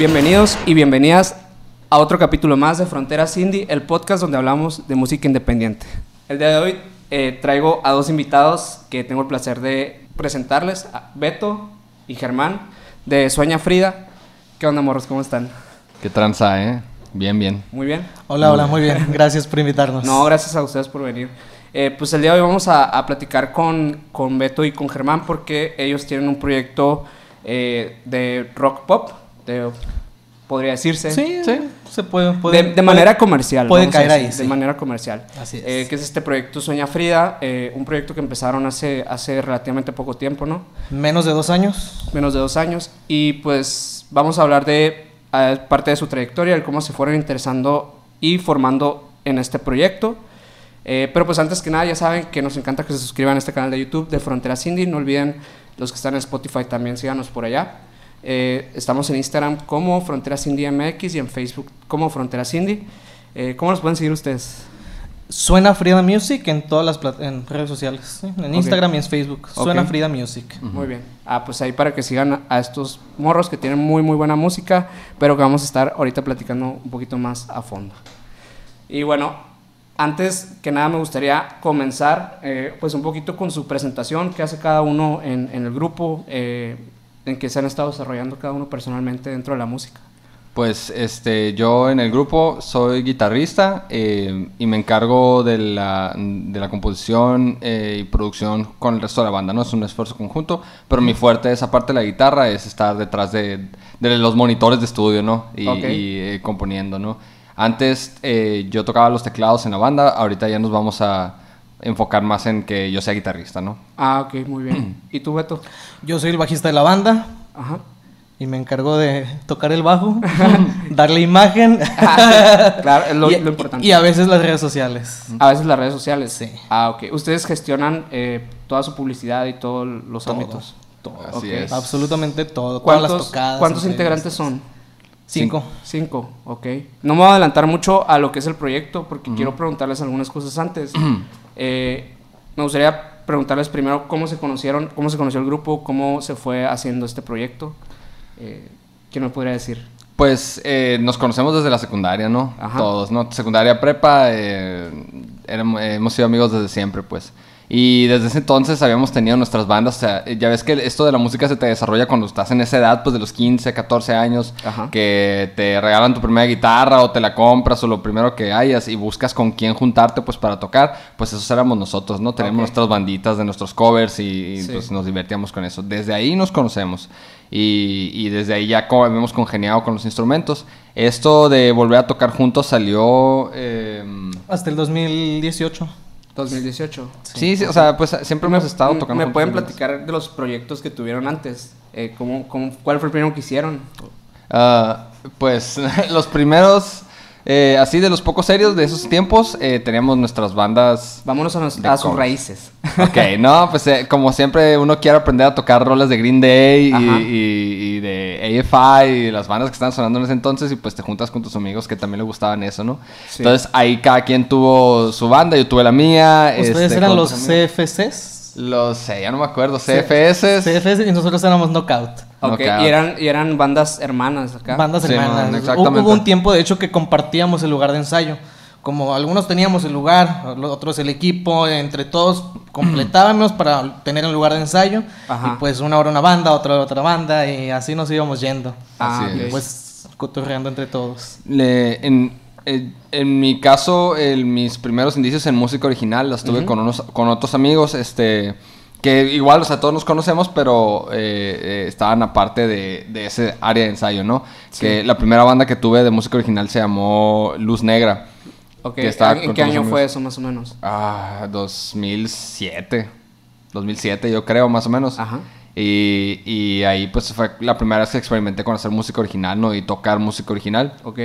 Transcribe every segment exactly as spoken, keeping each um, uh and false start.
Bienvenidos y bienvenidas a otro capítulo más de Fronteras Indie, el podcast donde hablamos de música independiente. El día de hoy eh, traigo a dos invitados que tengo el placer de presentarles, a Beto y Germán, de Sueña Frida. ¿Qué onda, morros? ¿Cómo están? Qué tranza, ¿eh? Bien, bien. Muy bien. Hola, hola, muy bien. Gracias por invitarnos. No, gracias a ustedes por venir. Eh, pues el día de hoy vamos a, a platicar con, con Beto y con Germán porque ellos tienen un proyecto eh, de rock pop, de, podría decirse. Sí, sí, se puede. puede de, de manera comercial. Puede caer ahí. De sí. manera comercial. Así es. Eh, que es este proyecto Sueña Frida, eh, un proyecto que empezaron hace, hace relativamente poco tiempo, ¿no? Menos de dos años. Menos de dos años. Y pues vamos a hablar de eh, parte de su trayectoria, de cómo se fueron interesando y formando en este proyecto. Eh, pero pues antes que nada ya saben que nos encanta que se suscriban a este canal de YouTube de Fronteras Indie. No olviden, los que están en Spotify también síganos por allá. Eh, estamos en Instagram como Fronteras Indie M X y en Facebook como Fronteras Indie. Eh, ¿Cómo nos pueden seguir ustedes? Suena Frida Music en todas las plat- en redes sociales, ¿sí? En Instagram Okay. y en Facebook. Suena Okay. Frida Music. Uh-huh. Muy bien. Ah, pues ahí para que sigan a estos morros que tienen muy muy buena música, pero que vamos a estar ahorita platicando un poquito más a fondo. Y bueno, antes que nada me gustaría comenzar eh, pues un poquito con su presentación, qué hace cada uno en, en el grupo, eh, en qué se han estado desarrollando cada uno personalmente dentro de la música. Pues este, yo en el grupo soy guitarrista eh, y me encargo de la, de la composición eh, y producción con el resto de la banda, ¿no? Es un esfuerzo conjunto, pero mi fuerte, esa parte de la guitarra, es estar detrás de, de los monitores de estudio, ¿no? Y, Okay. y eh, componiendo, ¿no? Antes eh, yo tocaba los teclados en la banda, ahorita ya nos vamos a enfocar más en que yo sea guitarrista, ¿no? Ah, ok, muy bien. ¿Y tú, Beto? Yo soy el bajista de la banda Ajá. y me encargo de tocar el bajo, darle imagen Ah, sí, claro, es lo, y, lo importante. y a veces las redes sociales. A veces las redes sociales. Sí. Ah, ok. Ustedes gestionan eh, toda su publicidad y todos los Todo, ámbitos. todo. Así Ok. es. Absolutamente todo. Todas las ¿Cuántos, tocadas. ¿cuántos entrevistas. integrantes son? Cinco. Cinco, ok. No me voy a adelantar mucho a lo que es el proyecto porque uh-huh. quiero preguntarles algunas cosas antes. eh, me gustaría preguntarles primero cómo se conocieron, cómo se conoció el grupo, cómo se fue haciendo este proyecto. Eh, ¿Quién me podría decir? Pues eh, nos conocemos desde la secundaria, ¿no? Ajá. Todos, ¿no? Secundaria, prepa, eh, éramos, eh, hemos sido amigos desde siempre, pues. Y desde ese entonces habíamos tenido nuestras bandas, o sea, ya ves que esto de la música se te desarrolla cuando estás en esa edad, pues de los quince, catorce años, Ajá. que te regalan tu primera guitarra o te la compras o lo primero que hayas y buscas con quién juntarte pues para tocar, pues esos éramos nosotros, ¿no? Tenemos Okay. nuestras banditas de nuestros covers y, y Sí. pues nos divertíamos con eso. Desde ahí nos conocemos y, y desde ahí ya co- hemos congeniado con los instrumentos. Esto de volver a tocar juntos salió... Eh, Hasta el dos mil dieciocho. dos mil dieciocho. Sí, sí, o sea, pues siempre hemos estado tocando ¿Me juntos pueden algunas. platicar de los proyectos que tuvieron antes? Eh, ¿cómo, cómo, ¿Cuál fue el primero que hicieron? Ah, pues los primeros, eh, así de los pocos serios de esos tiempos, eh, teníamos nuestras bandas. Vámonos a, nos, De a sus covers. raíces. Ok, no, pues eh, como siempre uno quiere aprender a tocar rolas de Green Day y, Ajá. y- y de A F I y las bandas que estaban sonando en ese entonces y pues te juntas con tus amigos que también le gustaban eso, ¿no? Sí. Entonces ahí cada quien tuvo su banda, yo tuve la mía. ¿Ustedes este, eran con los otros C amigos. F Cs? Los, sé, ya no me acuerdo, C F S. C F S y nosotros éramos Knockout. Ok, Knockout. y eran, y eran bandas hermanas acá. Bandas Sí, hermanas. man, exactamente. Hubo un tiempo, de hecho, que compartíamos el lugar de ensayo. Como algunos teníamos el lugar, los otros el equipo, entre todos completábamos para tener el lugar de ensayo. Ajá. Y pues una hora una banda, otra hora otra banda, y así nos íbamos yendo. Ah, Así ok. es. Pues cotorreando entre todos. Le- en, en, en mi caso, el- mis primeros indicios en música original las tuve Ujú. con, unos, con otros amigos, este, que igual, o sea, todos nos conocemos, pero eh, eh, estaban aparte de, de ese área de ensayo, ¿no? Sí. Que la primera banda que tuve de música original se llamó Luz Negra. Ok, que estaba ¿en con qué todos año los fue amigos. eso más o menos? Ah, dos mil siete. dos mil siete, yo creo, más o menos. Ajá. Y, y ahí pues fue la primera vez que experimenté con hacer música original, ¿no? Y tocar música original. Ok.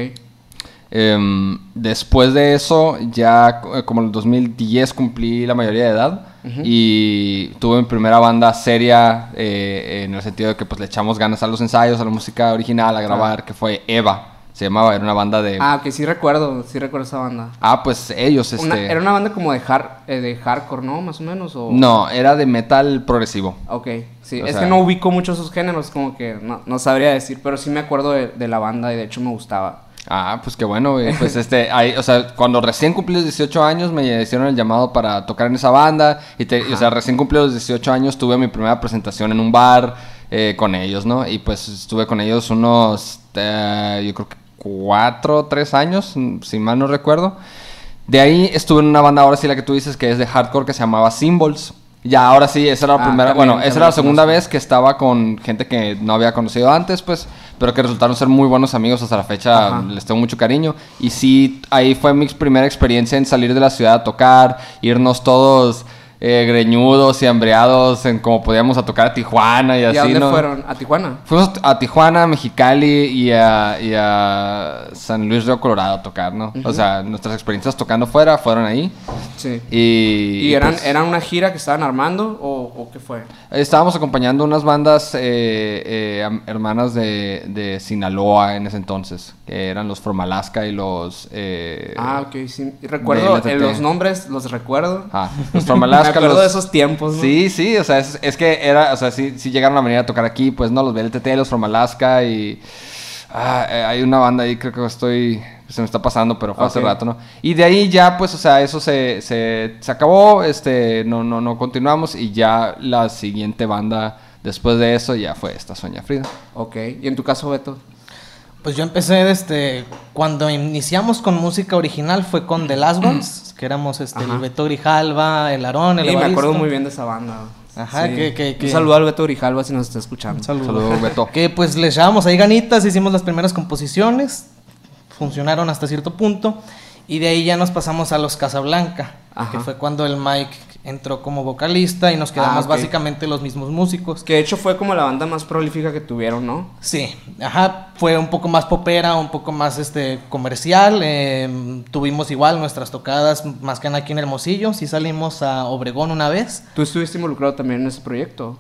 Em, después de eso, ya eh, como en el dos mil diez cumplí la mayoría de edad. Ujú. Y tuve mi primera banda seria eh, en el sentido de que pues le echamos ganas a los ensayos, a la música original, a grabar, que fue Eva. Se llamaba, era una banda de... Ah, que sí recuerdo, sí recuerdo esa banda. Ah, pues ellos, este... Una, era una banda como de, hard, eh, de hardcore, ¿no? Más o menos, o... No, era de metal progresivo. Ok, sí, O es sea- que no ubico mucho esos géneros, como que no, no sabría decir, pero sí me acuerdo de, de la banda y de hecho me gustaba. Ah, pues qué bueno, güey. Pues este, ahí, o sea, cuando recién cumplí los dieciocho años me hicieron el llamado para tocar en esa banda. Y, te, y, o sea, recién cumplí los dieciocho años, tuve mi primera presentación en un bar eh, con ellos, ¿no? Y pues estuve con ellos unos, eh, yo creo que cuatro o tres años, si mal no recuerdo. De ahí estuve en una banda, ahora sí la que tú dices, que es de hardcore, que se llamaba Symbols. Ya, ahora sí, esa era la Ah, primera, también, bueno, esa también era la la segunda conozco. vez que estaba con gente que no había conocido antes, pues, pero que resultaron ser muy buenos amigos hasta la fecha. Ajá. Les tengo mucho cariño. Y sí, ahí fue mi primera experiencia en salir de la ciudad a tocar, irnos todos eh, greñudos y hambreados en como podíamos a tocar a Tijuana y, ¿Y así, a dónde ¿no? fueron? ¿A Tijuana? Fuimos a Tijuana, Mexicali y a, y a San Luis Río Colorado a tocar, ¿no? O sea, nuestras experiencias tocando fuera fueron ahí. Sí. Y, ¿Y eran, pues, eran una gira que estaban armando o, o qué fue? estábamos acompañando unas bandas eh, eh, am- hermanas de, de Sinaloa en ese entonces, que eran los Formalaska y los... eh, Ah, ok, sí. Recuerdo, L T T. eh, los nombres los recuerdo. ah, los Me Formalaska. acuerdo los- de esos tiempos, ¿no? Sí, sí, o sea, es, es que era, o sea, sí, sí llegaron a venir a tocar aquí, pues, ¿no? Los B L T T, los Formalaska y... Ah, eh, hay una banda ahí, creo que estoy... Se me está pasando, pero fue hace Ok. rato, ¿no? Y de ahí ya, pues, o sea, eso se, se, se acabó, este, no, no, no continuamos y ya la siguiente banda después de eso ya fue esta Soña Frida. Ok. ¿Y en tu caso, Beto? Pues yo empecé desde cuando iniciamos con música original fue con The Last Ones, que éramos este, Ajá. el Beto Grijalva, el Aarón, el Sí, me Evaristo. acuerdo muy bien de esa banda. Ajá, Sí. que- que- que- Un saludo al Beto Grijalva si nos está escuchando. Un saludo. Saludos, Beto. Que pues le echábamos ahí ganitas, hicimos las primeras composiciones, funcionaron hasta cierto punto, y de ahí ya nos pasamos a los Casablanca, Ajá. que fue cuando el Mike entró como vocalista y nos quedamos Ah, ok. básicamente los mismos músicos. Que de hecho fue como la banda más prolífica que tuvieron, ¿no? Sí, ajá, fue un poco más popera, un poco más este comercial. eh, tuvimos igual nuestras tocadas más que nada aquí en Hermosillo. Sí salimos a Obregón una vez. ¿Tú estuviste involucrado también en ese proyecto?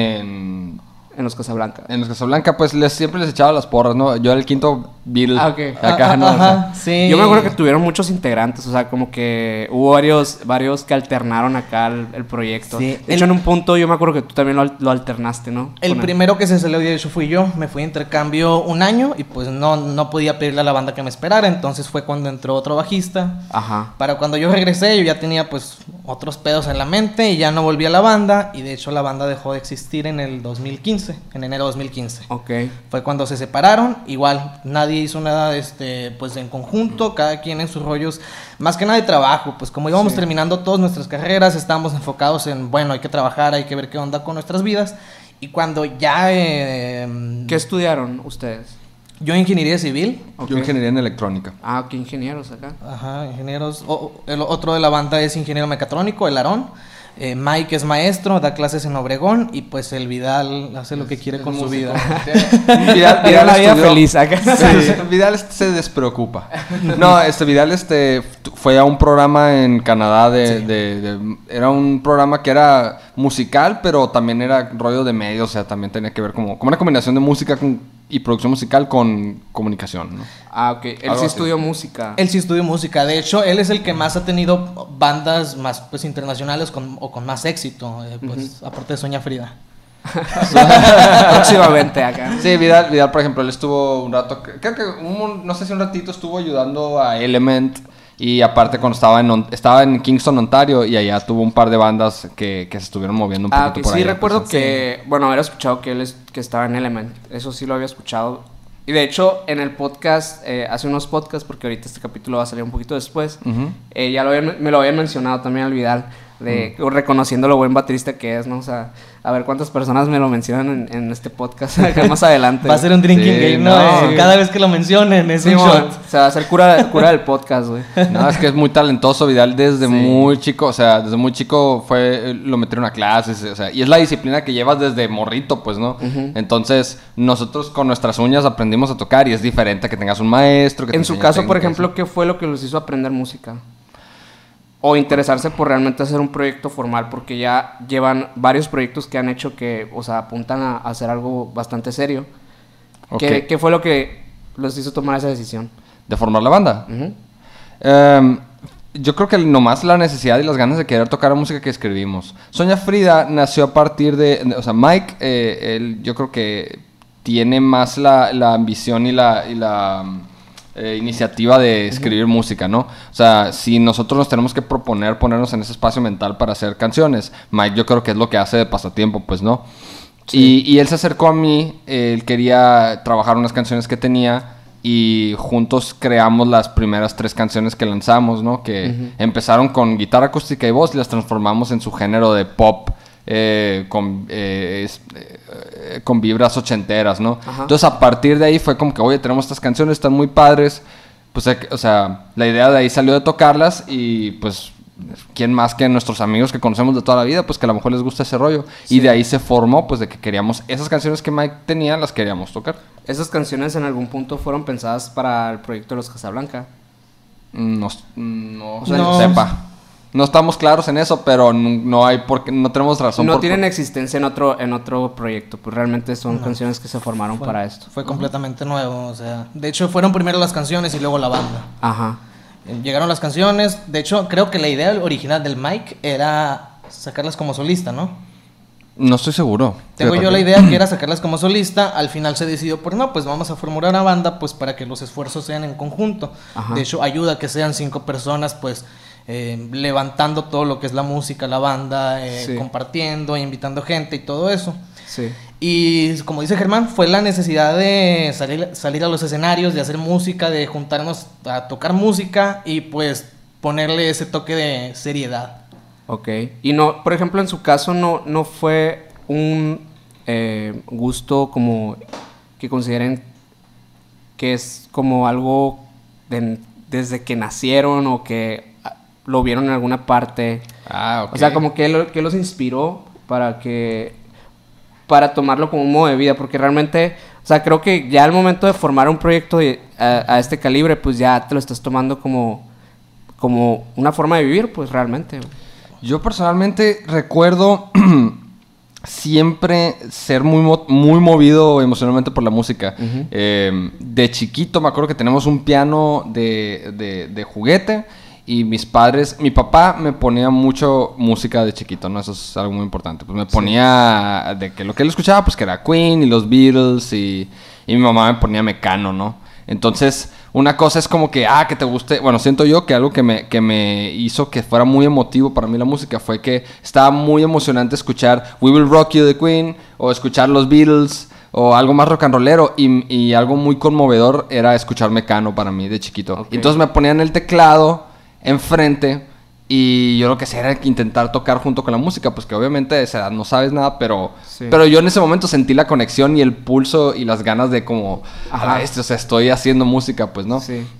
En, En los Casablanca. en los Casablanca, pues les, siempre les echaba las porras, ¿no? Yo era el quinto Beatle Ah, ok. acá, Ah, ¿no? O sea, ajá, sí. Yo me acuerdo que tuvieron muchos integrantes, o sea, como que hubo varios, varios que alternaron acá el, el proyecto. Sí. De hecho, en un punto yo me acuerdo que tú también lo, al- lo alternaste, ¿no? El Con primero que se salió de hecho fui yo. Me fui a intercambio un año y pues no, no podía pedirle a la banda que me esperara. Entonces fue cuando entró otro bajista. Ajá. Para cuando yo regresé yo ya tenía pues otros pedos en la mente y ya no volví a la banda. Y de hecho la banda dejó de existir en el dos mil quince, en enero de dos mil quince. Ok. Fue cuando se separaron. Igual nadie hizo nada este, pues en conjunto, cada quien en sus rollos, más que nada de trabajo. Pues como íbamos Sí. terminando todas nuestras carreras, estábamos enfocados en, bueno, hay que trabajar, hay que ver qué onda con nuestras vidas. Y cuando ya... eh, ¿Qué estudiaron ustedes? yo ingeniería civil. Ok. Yo ingeniería en electrónica. Ah, qué ingenieros acá. Ajá, ingenieros. o- o- el otro de la banda es ingeniero mecatrónico, el Aarón. Eh, Mike es maestro, da clases en Obregón. Y pues el Vidal hace lo que quiere con su vida. Vidal, Era la vida estudió- feliz acá. Sí, Vidal este, se despreocupa. No, este Vidal este f- fue a un programa en Canadá de, de- de- era un programa que era musical, pero también era rollo de medios, o sea, también tenía que ver como, como una combinación de música con- y producción musical con comunicación, ¿no? Ah, ok. Él Algo sí así. estudió música. Él sí estudió música. De hecho, él es el que más ha tenido bandas más pues internacionales con, o con más éxito. eh, pues aparte de Soña Frida. Próximamente acá. Sí, Vidal, Vidal, por ejemplo, él estuvo un rato, creo que un- no sé si un ratito estuvo ayudando a Element y aparte cuando estaba en, On- estaba en Kingston, Ontario y allá tuvo un par de bandas que, que se estuvieron moviendo un Ah, poquito ok. por Sí, allá, recuerdo pues, que, bueno, había escuchado que él es, que estaba en Element. Eso sí lo había escuchado. Y de hecho, en el podcast, eh, hace unos podcasts, porque ahorita este capítulo va a salir un poquito después, Ujú. eh, ya lo habían- me lo habían mencionado también al Vidal, de, reconociendo lo buen baterista que es, ¿no? O sea, a ver cuántas personas me lo mencionan en, en este podcast acá más adelante. Va a ser un drinking Sí, game, ¿no? no, Eh, sí. Cada vez que lo mencionen es Sí, un mo, shot. o sea, va a ser cura, cura del podcast, güey. No, es que es muy talentoso Vidal desde Sí. muy chico, o sea, desde muy chico fue, lo metieron a clases, o sea, y es la disciplina que llevas desde morrito, pues, ¿no? Ujú. Entonces, nosotros con nuestras uñas aprendimos a tocar y es diferente a que tengas un maestro. Que te En su enseñe caso, por técnicas. ejemplo, ¿qué fue lo que los hizo aprender música? O interesarse por realmente hacer un proyecto formal, porque ya llevan varios proyectos que han hecho que, o sea, apuntan a, a hacer algo bastante serio. Ok. ¿Qué, qué fue lo que los hizo tomar esa decisión? ¿De formar la banda? Uh-huh. Um, yo creo que nomás la necesidad y las ganas de querer tocar la música que escribimos. Soña Frida nació a partir de... O sea, Mike, eh, él, yo creo que tiene más la, la ambición y la... Y la Eh, iniciativa de escribir uh-huh. música, ¿no? O sea, si nosotros nos tenemos que proponer ponernos en ese espacio mental para hacer canciones, Mike yo creo que es lo que hace de pasatiempo, pues, ¿no? Sí. Y, y él se acercó a mí, él quería trabajar unas canciones que tenía y juntos creamos las primeras tres canciones que lanzamos, ¿no? Que uh-huh. empezaron con guitarra acústica y voz y las transformamos en su género de pop. Eh, con, eh, es, eh, con vibras ochenteras, ¿no? Ajá. Entonces a partir de ahí fue como que, oye, tenemos estas canciones, están muy padres, pues, eh, o sea, la idea de ahí salió de tocarlas y pues, ¿quién más que nuestros amigos que conocemos de toda la vida? Pues que a lo mejor les gusta ese rollo. Sí. Y de ahí se formó, pues, de que queríamos, esas canciones que Mike tenía, las queríamos tocar. ¿Esas canciones en algún punto fueron pensadas para el proyecto de los Casablanca? No, no, o sea, no sepa. No estamos claros en eso, pero no, no hay porque no tenemos razón. No por tienen existencia en otro en otro proyecto, pues realmente son no. canciones que se formaron fue, para esto. Fue completamente uh-huh. nuevo, o sea, de hecho fueron primero las canciones y luego la banda. Ajá. Llegaron las canciones, de hecho creo que la idea original del Mike era sacarlas como solista, ¿no? No estoy seguro. Tengo yo la idea que era sacarlas como solista, al final se decidió por no, pues vamos a formular una banda pues para que los esfuerzos sean en conjunto. Ajá. De hecho ayuda a que sean cinco personas pues Eh, levantando todo lo que es la música, la banda, eh, sí. compartiendo, invitando gente y todo eso. Sí. Y como dice Germán, fue la necesidad de salir, salir a los escenarios, de hacer música, de juntarnos a tocar música y pues ponerle ese toque de seriedad. Ok. Y no, por ejemplo, en su caso no, no fue un eh, gusto como que consideren que es como algo de, desde que nacieron o que lo vieron en alguna parte. Ah, ok. O sea, como que, lo, que los inspiró para que... Para tomarlo como un modo de vida. Porque realmente... O sea, creo que ya al momento de formar un proyecto de, a, a este calibre, pues ya te lo estás tomando como... Como una forma de vivir, pues realmente. Yo personalmente recuerdo... siempre ser muy, mo- muy movido emocionalmente por la música. Uh-huh. Eh, de chiquito me acuerdo que tenemos un piano de, de, de juguete... Y mis padres, mi papá me ponía mucho música de chiquito, ¿no? Eso es algo muy importante. Pues me ponía sí. de que lo que él escuchaba, pues que era Queen y los Beatles y, y mi mamá me ponía Mecano, ¿no? Entonces, una cosa es como que, ah, que te guste. Bueno, siento yo que algo que me, que me hizo que fuera muy emotivo para mí la música fue que estaba muy emocionante escuchar We Will Rock You de Queen o escuchar los Beatles o algo más rock and rollero y, y algo muy conmovedor era escuchar Mecano para mí de chiquito. Okay. Entonces me ponían el teclado enfrente y yo lo que hacía era intentar tocar junto con la música, pues que obviamente a esa edad no sabes nada, pero sí. pero yo en ese momento sentí la conexión y el pulso y las ganas de como, ah, este, o sea, estoy haciendo música, pues, ¿no? Sí.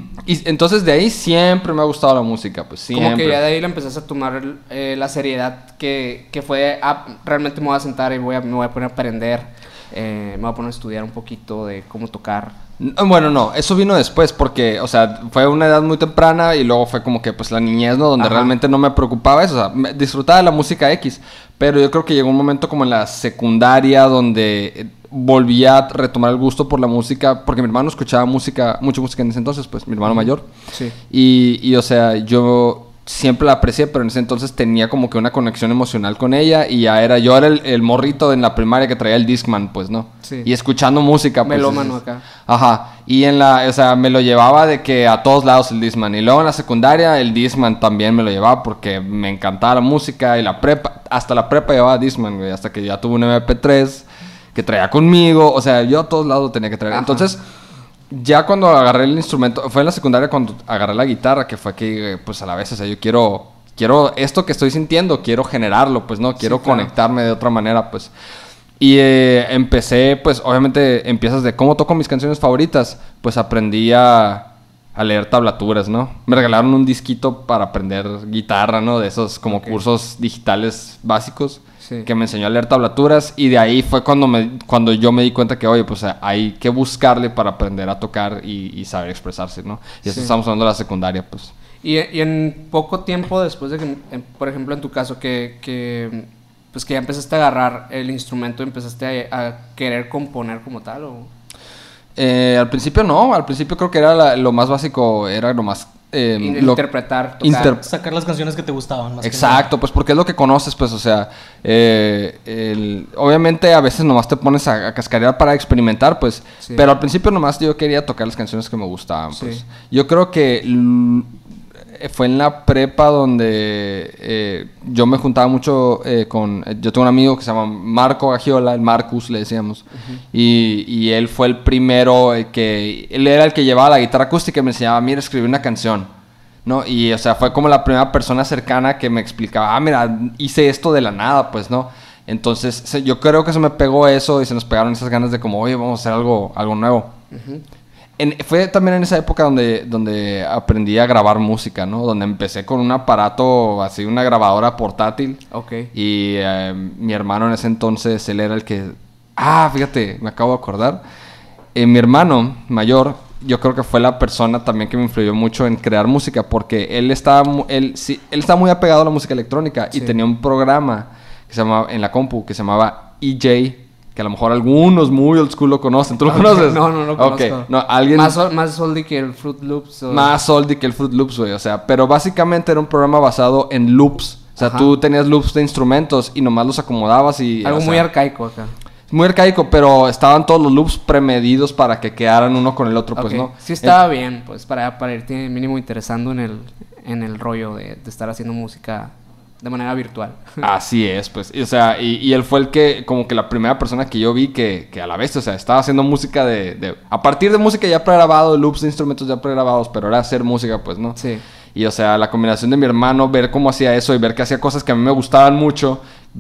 Y entonces de ahí siempre me ha gustado la música, pues siempre. Como que ya de ahí le empezaste a tomar eh, la seriedad que, que fue, ah, realmente me voy a sentar y voy a, me voy a poner a aprender, eh, me voy a poner a estudiar un poquito de cómo tocar. Bueno, no, eso vino después porque, o sea, fue una edad muy temprana y luego fue como que, pues, la niñez, ¿no? Donde Ajá. realmente no me preocupaba eso, o sea, me, disfrutaba de la música X, pero yo creo que llegó un momento como en la secundaria donde volví a retomar el gusto por la música, porque mi hermano escuchaba música, mucha música en ese entonces, pues, mi hermano mayor. Sí. Y, y, o sea, yo siempre la aprecié, pero en ese entonces tenía como que una conexión emocional con ella y ya era, yo era el, el morrito en la primaria que traía el Discman, pues, ¿no? Sí. Y escuchando música, pues. Melómano acá. Ajá. Y en la, o sea, me lo llevaba de que a todos lados el Discman. Y luego en la secundaria el Discman también me lo llevaba porque me encantaba la música y la prepa, hasta la prepa llevaba Discman, güey, hasta que ya tuve un eme pe tres que traía conmigo, o sea, yo a todos lados lo tenía que traer. Ajá. Entonces, ya cuando agarré el instrumento, fue en la secundaria cuando agarré la guitarra, que fue que, pues a la vez, o sea, yo quiero, quiero esto que estoy sintiendo, quiero generarlo, pues, ¿no? Quiero sí, claro. conectarme de otra manera, pues. Y eh, empecé, pues, obviamente, empiezas de cómo toco mis canciones favoritas, pues aprendí a, a leer tablaturas, ¿no? Me regalaron un disquito para aprender guitarra, ¿no? De esos como okay. cursos digitales básicos. Sí. Que me enseñó a leer tablaturas y de ahí fue cuando me cuando yo me di cuenta que, oye, pues hay que buscarle para aprender a tocar y, y saber expresarse, ¿no? Y eso sí. estamos hablando de la secundaria, pues. Y, y en poco tiempo después de que, en, por ejemplo, en tu caso, que, que, pues que ya empezaste a agarrar el instrumento, empezaste a, a querer componer como tal, ¿o...? Eh, al principio no, al principio creo que era la, lo más básico, era lo más... Eh, interpretar, lo, inter sacar las canciones que te gustaban. Más exacto, pues porque es lo que conoces, pues, o sea, eh, el, obviamente a veces nomás te pones a, a cascarear para experimentar, pues, sí. Pero al principio nomás yo quería tocar las canciones que me gustaban, pues. Sí. Yo creo que fue en la prepa donde eh, yo me juntaba mucho eh, con... Yo tengo un amigo que se llama Marco Gagiola, el Marcus le decíamos, uh-huh. y, y él fue el primero eh, que... Él era el que llevaba la guitarra acústica y me enseñaba, mira, escribí una canción, ¿no? Y, o sea, fue como la primera persona cercana que me explicaba, ah, mira, hice esto de la nada, pues, ¿no? Entonces, se, yo creo que se me pegó eso y se nos pegaron esas ganas de como, oye, vamos a hacer algo, algo nuevo. Uh-huh. En, fue también en esa época donde, donde aprendí a grabar música, ¿no? Donde empecé con un aparato, así, una grabadora portátil. Ok. Y eh, mi hermano en ese entonces, él era el que... Ah, fíjate, me acabo de acordar. Eh, mi hermano mayor, yo creo que fue la persona también que me influyó mucho en crear música, porque él estaba, él, sí, él estaba muy apegado a la música electrónica, sí. Y tenía un programa que se llamaba, en la compu que se llamaba E J, que a lo mejor algunos muy old school lo conocen. ¿Tú lo okay. conoces? No, no lo conozco. Okay. No, alguien... Más, más oldie que el Fruit Loops. O... Más oldie que el Fruit Loops, güey. O sea, pero básicamente era un programa basado en loops. O sea, ajá. Tú tenías loops de instrumentos y nomás los acomodabas y... Algo o sea, muy arcaico acá. Muy arcaico, pero estaban todos los loops premedidos para que quedaran uno con el otro, okay. Pues, ¿no? Sí estaba el... bien, pues, para, para irte mínimo interesando en el, en el rollo de, de estar haciendo música... de manera virtual. Así es, pues. Y, o sea, y, y él fue el que, como que la primera persona que yo vi que, que a la vez, o sea, estaba haciendo música de, de... A partir de música ya pregrabado, loops de instrumentos ya pregrabados, pero era hacer música, pues, ¿no? Sí. Y, o sea, la combinación de mi hermano, ver cómo hacía eso y ver que hacía cosas que a mí me gustaban mucho,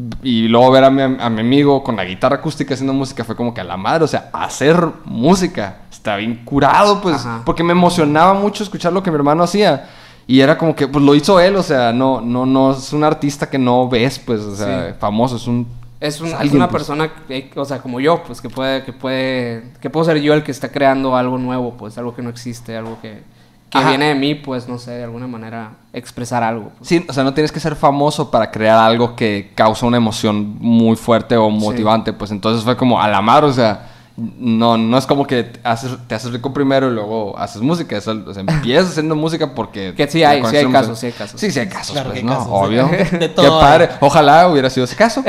y luego ver a mi, a mi amigo con la guitarra acústica haciendo música, fue como que a la madre, o sea, hacer música. Está bien curado, pues, ajá. Porque me emocionaba mucho escuchar lo que mi hermano hacía. Y era como que, pues lo hizo él, o sea, no, no, no es un artista que no ves, pues, o sea, sí. Famoso, es un... Es, un, es, alguien, es una pues. persona, que, o sea, como yo, pues, que puede, que puede, que puedo ser yo el que está creando algo nuevo, pues, algo que no existe, algo que, que viene de mí, pues, no sé, de alguna manera expresar algo. Pues. Sí, o sea, no tienes que ser famoso para crear algo que causa una emoción muy fuerte o motivante, sí. Pues, entonces fue como a la mar, o sea... No, no es como que haces, te haces rico primero y luego haces música. Es, o sea, empiezas haciendo música porque... Que sí hay, sí hay casos, sí hay casos. Sí, sí hay casos, claro, pues, ¿no? Casos, obvio. De, de todo. Qué padre. Ojalá hubiera sido ese caso.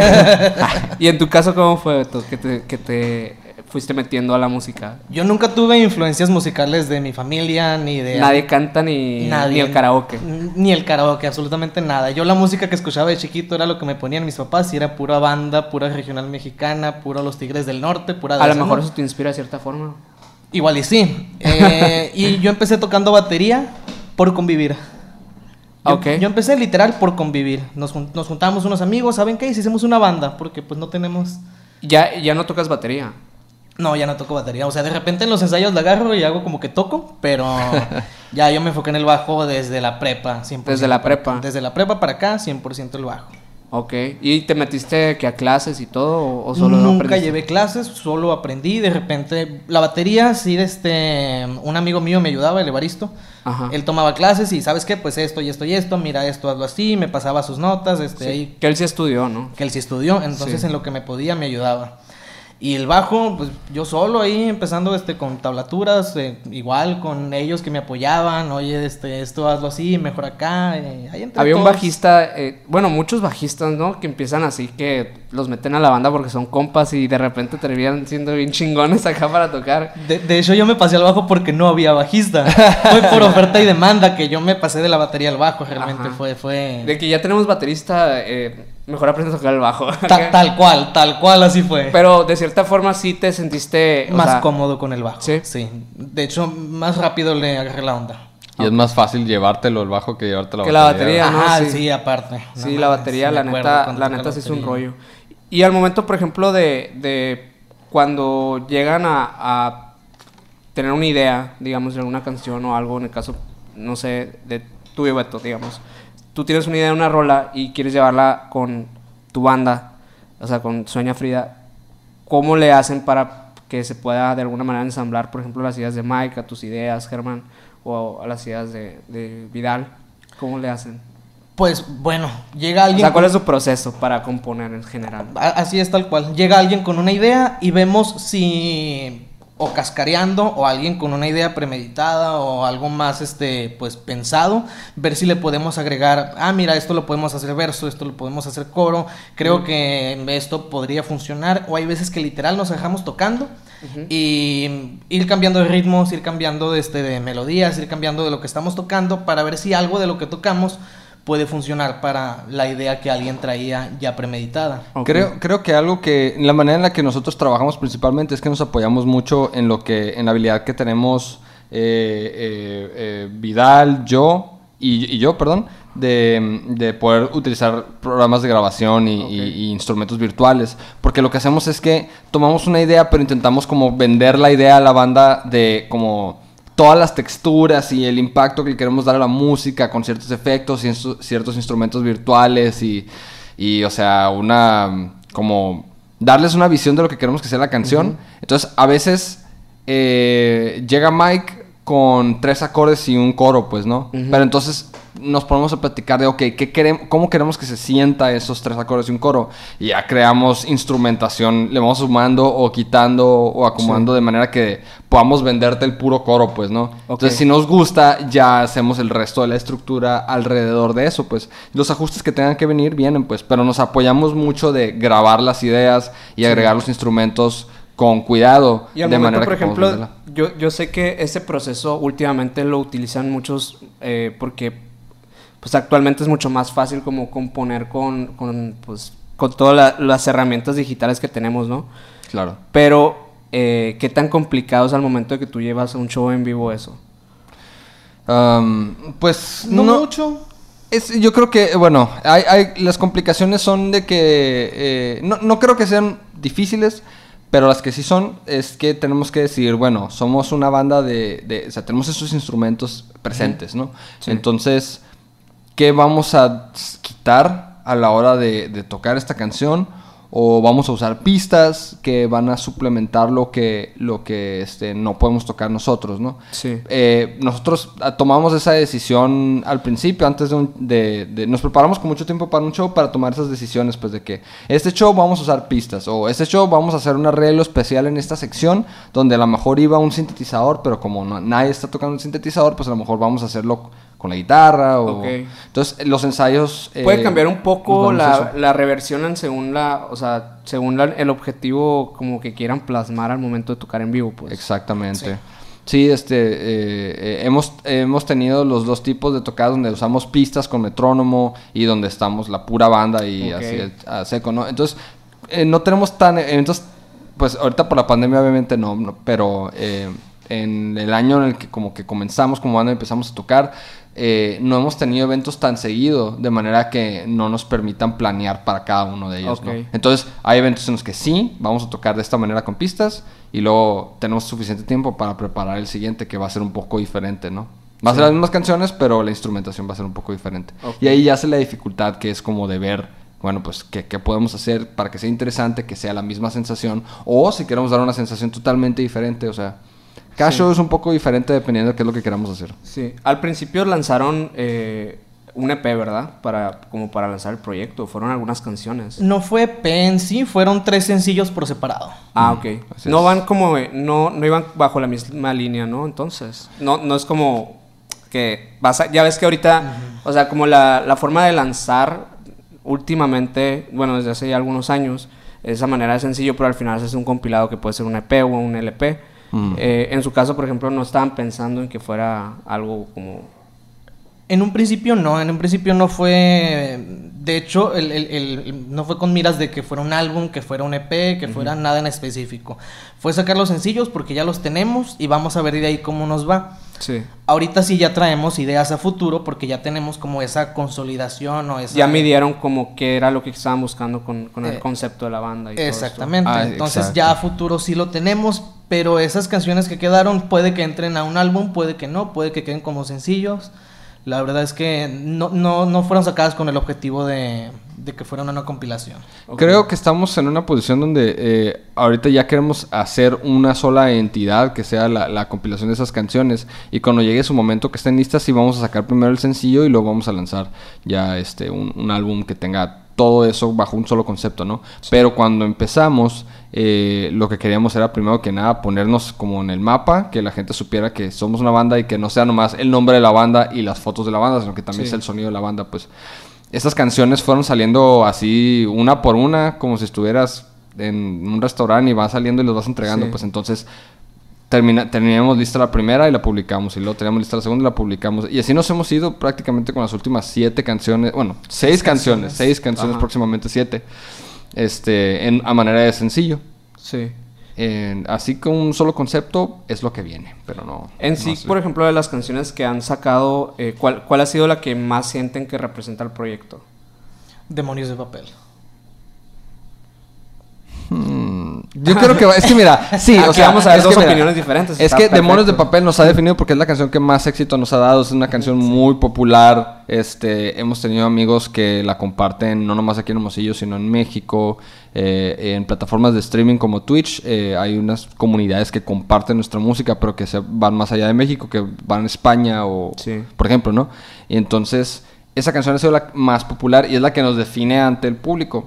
¿Y en tu caso cómo fue, Beto? Que te, que te fuiste metiendo a la música. Yo nunca tuve influencias musicales de mi familia, ni de... Nadie canta ni, Nadie, ni el karaoke. Ni el karaoke, absolutamente nada. Yo la música que escuchaba de chiquito era lo que me ponían mis papás y era pura banda, pura regional mexicana, pura Los Tigres del Norte, pura... A lo mejor eso te inspira de cierta forma. Igual y sí. Eh, y yo empecé tocando batería por convivir. Yo, okay. yo empecé literal por convivir. Nos, nos juntábamos unos amigos, ¿saben qué? Hicimos una banda, porque pues no tenemos... Ya, ya no tocas batería. No, ya no toco batería. O sea, de repente en los ensayos la agarro y hago como que toco, pero ya yo me enfoqué en el bajo desde la prepa, cien por ciento. Desde la prepa. Desde la prepa para acá, cien por ciento el bajo. Ok. ¿Y te metiste que a clases y todo o solo Nunca aprendiste? Llevé clases, solo aprendí. De repente, la batería, sí, este, un amigo mío me ayudaba, el Evaristo. Ajá. Él tomaba clases y, ¿sabes qué? Pues esto y esto y esto, mira esto, hazlo así, me pasaba sus notas, este... Sí, ahí, que él sí estudió, ¿no? Que él sí estudió, entonces sí. En lo que me podía me ayudaba. Y el bajo, pues yo solo ahí empezando este con tablaturas, eh, igual con ellos que me apoyaban, oye, este, esto hazlo así, mejor acá. Eh, ahí Había todos. un bajista, eh, bueno, muchos bajistas, ¿no? Que empiezan así, que los meten a la banda porque son compas y de repente terminan siendo bien chingones acá para tocar. De, de hecho, yo me pasé al bajo porque no había bajista. Fue por oferta y demanda que yo me pasé de la batería al bajo, realmente fue, fue... De que ya tenemos baterista... Eh, mejor aprendes a tocar el bajo. Ta tal cual, tal cual así fue. Pero de cierta forma sí te sentiste... Más sea, cómodo con el bajo. ¿Sí? Sí. De hecho, más rápido le agarré la onda. Y okay. Es más fácil llevártelo el bajo que llevarte la que batería. Que la batería, Ajá, ¿no? Sí, sí aparte. Sí, no, la batería, sí, la neta, la neta sí es un rollo. Y al momento, por ejemplo, de, de cuando llegan a, a tener una idea, digamos, de alguna canción o algo, en el caso, no sé, de tú y Beto, digamos. Tú tienes una idea de una rola y quieres llevarla con tu banda, o sea, con Sueña Frida. ¿Cómo le hacen para que se pueda de alguna manera ensamblar, por ejemplo, las ideas de Mike a tus ideas, Germán, o a las ideas de, de Vidal? ¿Cómo le hacen? Pues bueno, llega alguien... O sea, ¿cuál con... es su proceso para componer en general? Así es, tal cual. Llega alguien con una idea y vemos si o cascareando o alguien con una idea premeditada o algo más este pues pensado, ver si le podemos agregar, ah mira, esto lo podemos hacer verso, esto lo podemos hacer coro, creo uh-huh. que esto podría funcionar, o hay veces que literal nos dejamos tocando uh-huh. y ir cambiando de ritmos, ir cambiando de, este, de melodías, ir cambiando de lo que estamos tocando para ver si algo de lo que tocamos puede funcionar para la idea que alguien traía ya premeditada. Okay. Creo, creo que algo que, la manera en la que nosotros trabajamos principalmente es que nos apoyamos mucho en lo que, en la habilidad que tenemos eh, eh, eh, Vidal, yo y, y yo, perdón, de, de poder utilizar programas de grabación y, okay. y, y instrumentos virtuales, porque lo que hacemos es que tomamos una idea, pero intentamos como vender la idea a la banda de como todas las texturas y el impacto que le queremos dar a la música con ciertos efectos y instru- ciertos instrumentos virtuales y, y, o sea, una, como, darles una visión de lo que queremos que sea la canción. Uh-huh. Entonces, a veces eh, llega Mike con tres acordes y un coro, pues, ¿no? Uh-huh. Pero entonces nos ponemos a platicar de, ok, ¿qué queremos, ¿cómo queremos que se sienta esos tres acordes y un coro? Y ya creamos instrumentación, le vamos sumando o quitando o acomodando sí. de manera que podamos venderte el puro coro, pues, ¿no? Okay. Entonces, si nos gusta, ya hacemos el resto de la estructura alrededor de eso, pues. Los ajustes que tengan que venir, vienen, pues, pero nos apoyamos mucho de grabar las ideas y sí. agregar los instrumentos con cuidado. Y al de momento, manera por que ejemplo, yo, yo sé que ese proceso últimamente lo utilizan muchos eh, porque pues actualmente es mucho más fácil como componer con, con, pues, con todas la, las herramientas digitales que tenemos, ¿no? Claro. Pero, eh, ¿qué tan complicado es al momento de que tú llevas un show en vivo eso? Um, pues no, no mucho. Es, yo creo que, bueno, hay, hay, las complicaciones son de que, eh, no, no creo que sean difíciles, pero las que sí son es que tenemos que decir, bueno, somos una banda de, de o sea, tenemos esos instrumentos presentes, ¿no? Sí. Entonces, ¿qué vamos a quitar a la hora de, de tocar esta canción? O vamos a usar pistas que van a suplementar lo que, lo que este, no podemos tocar nosotros, ¿no? Sí. Eh, nosotros tomamos esa decisión al principio, antes de, un, de, de... Nos preparamos con mucho tiempo para un show para tomar esas decisiones, pues de que este show vamos a usar pistas, o este show vamos a hacer un arreglo especial en esta sección, donde a lo mejor iba un sintetizador, pero como no, nadie está tocando un sintetizador, pues a lo mejor vamos a hacerlo con la guitarra o... Okay. Entonces, los ensayos... Eh, Puede cambiar un poco la, la reversión en según la... O sea, según la, el objetivo como que quieran plasmar al momento de tocar en vivo, pues. Exactamente. Sí, sí este... Eh, eh, hemos, hemos tenido los dos tipos de tocadas donde usamos pistas con metrónomo y donde estamos la pura banda y okay. así a seco, ¿no? Entonces, eh, no tenemos tan... Entonces, pues ahorita por la pandemia obviamente no, no pero... Eh, en el año en el que como que comenzamos como banda empezamos a tocar, eh, no hemos tenido eventos tan seguido, de manera que no nos permitan planear para cada uno de ellos, okay. ¿no? Entonces hay eventos en los que sí, vamos a tocar de esta manera con pistas y luego tenemos suficiente tiempo para preparar el siguiente, que va a ser un poco diferente, ¿no? Va a sí. ser las mismas canciones, pero la instrumentación va a ser un poco diferente. Okay. Y ahí ya hace la dificultad, que es como de ver, bueno, pues, ¿qué, qué podemos hacer para que sea interesante, que sea la misma sensación? O si queremos dar una sensación totalmente diferente, o sea... Cada sí. show es un poco diferente dependiendo de qué es lo que queramos hacer. Sí. Al principio lanzaron eh, un E P, ¿verdad? Para, como para lanzar el proyecto. Fueron algunas canciones. No fue E P en sí, fueron tres sencillos por separado. Ah, ok. Así no es. van como... No, no iban bajo la misma línea, ¿no? Entonces, no, no es como que... Vas a, ya ves que ahorita... Uh-huh. O sea, como la, la forma de lanzar últimamente... Bueno, desde hace ya algunos años... Esa manera de sencillo, pero al final se hace un compilado que puede ser un E P o un L P. Mm. Eh, en su caso, por ejemplo, no estaban pensando en que fuera algo como... En un principio no, en un principio no fue... De hecho, el, el, el, no fue con miras de que fuera un álbum, que fuera un E P, que uh-huh. fuera nada en específico. Fue sacar los sencillos porque ya los tenemos y vamos a ver de ahí cómo nos va. Sí. Ahorita sí ya traemos ideas a futuro porque ya tenemos como esa consolidación o esa... Ya midieron como qué era lo que estaban buscando con, con el eh, concepto de la banda y exactamente. todo esto. Ah, entonces exacto. Ya a futuro sí lo tenemos, pero esas canciones que quedaron puede que entren a un álbum, puede que no, puede que queden como sencillos. La verdad es que no, no, no fueron sacadas con el objetivo de, de que fueran una compilación. Okay. Creo que estamos en una posición donde eh, ahorita ya queremos hacer una sola entidad que sea la, la compilación de esas canciones, y cuando llegue su momento que estén listas sí vamos a sacar primero el sencillo y luego vamos a lanzar ya este un, un álbum que tenga todo eso bajo un solo concepto, ¿no? Sí. Pero cuando empezamos, eh, lo que queríamos era primero que nada ponernos como en el mapa, que la gente supiera que somos una banda y que no sea nomás el nombre de la banda y las fotos de la banda, sino que también sí. es el sonido de la banda, pues. Estas canciones fueron saliendo así una por una, como si estuvieras en un restaurante y vas saliendo y los vas entregando, sí. pues entonces termina, teníamos lista la primera y la publicamos, y luego teníamos lista la segunda y la publicamos, y así nos hemos ido prácticamente con las últimas siete canciones, bueno, seis, seis canciones, canciones, seis canciones, Ajá. próximamente siete, este, en, a manera de sencillo. Sí. En, así con un solo concepto es lo que viene, pero no... En no sí, sé. por ejemplo, de las canciones que han sacado, eh, ¿cuál, ¿cuál ha sido la que más sienten que representa el proyecto? Demonios de papel. Hmm, yo creo que... Es que mira, sí, Aquí o sea... vamos a ver dos mira, opiniones diferentes. Es que Demonios de Papel nos ha definido porque es la canción que más éxito nos ha dado. Es una canción sí. muy popular. Este, hemos tenido amigos que la comparten no nomás aquí en Hermosillo, sino en México. Eh, en plataformas de streaming como Twitch eh, hay unas comunidades que comparten nuestra música, pero que se van más allá de México, que van a España o... Sí. Por ejemplo, ¿no? Y entonces, esa canción ha sido la más popular y es la que nos define ante el público.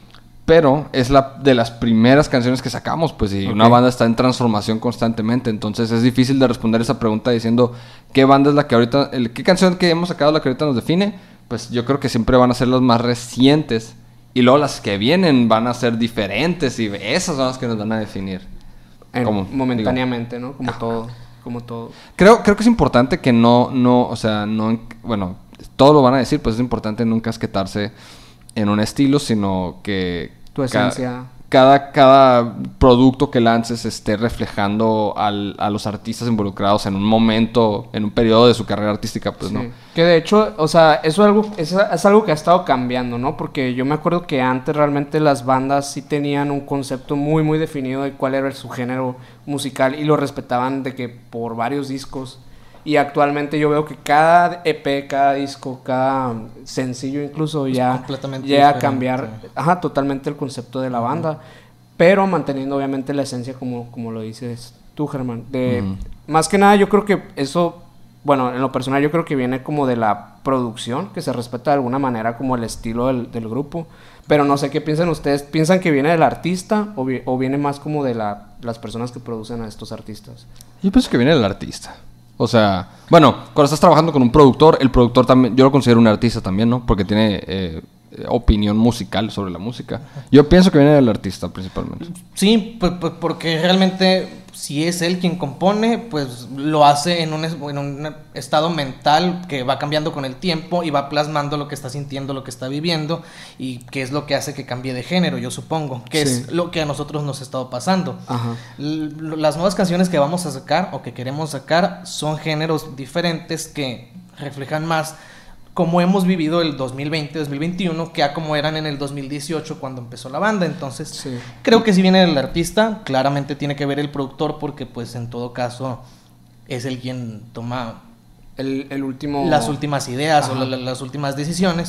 Pero es la de las primeras canciones que sacamos, pues, y okay. una banda está en transformación constantemente. Entonces es difícil de responder esa pregunta diciendo qué banda es la que ahorita, el, qué canción que hemos sacado la que ahorita nos define. Pues yo creo que siempre van a ser las más recientes. Y luego las que vienen van a ser diferentes y esas son las que nos van a definir. En, como, momentáneamente, digo, ¿no? Como ah, todo, como todo. Creo, creo que es importante que no, no, o sea, no, bueno, todo lo van a decir, pues es importante no encasquetarse en un estilo, sino que tu esencia, cada, cada producto que lances esté reflejando al, a los artistas involucrados en un momento, en un periodo de su carrera artística, pues, sí. ¿no? Que de hecho, o sea, eso es algo, es, es algo que ha estado cambiando, ¿no? Porque yo me acuerdo que antes realmente las bandas sí tenían un concepto muy, muy definido de cuál era su género musical y lo respetaban de que por varios discos. Y actualmente yo veo que cada E P, cada disco, cada sencillo incluso ya llega a cambiar ajá, totalmente el concepto de la banda. Uh-huh. Pero manteniendo obviamente la esencia como, como lo dices tú, Germán. De, uh-huh. Más que nada yo creo que eso, bueno, en lo personal yo creo que viene como de la producción, que se respeta de alguna manera como el estilo del, del grupo. Pero no sé qué piensan ustedes. ¿Piensan que viene del artista o, vi, o viene más como de la, las personas que producen a estos artistas? Yo pienso que viene del artista. O sea, bueno, cuando estás trabajando con un productor, el productor también, yo lo considero un artista también, ¿no? Porque tiene eh, opinión musical sobre la música. Yo pienso que viene del artista principalmente. Sí, pues, pues porque realmente si es él quien compone, pues lo hace en un, en un estado mental que va cambiando con el tiempo y va plasmando lo que está sintiendo, lo que está viviendo y que es lo que hace que cambie de género, yo supongo, que sí. es lo que a nosotros nos ha estado pasando. Ajá. L- las nuevas canciones que vamos a sacar o que queremos sacar son géneros diferentes que reflejan más como hemos vivido el dos mil veinte, dos mil veintiuno, que a como eran en el dos mil dieciocho cuando empezó la banda. Entonces, sí. creo que si viene el artista, claramente tiene que ver el productor porque, pues, en todo caso, es el quien toma el, el último... las últimas ideas Ajá. o la, las últimas decisiones.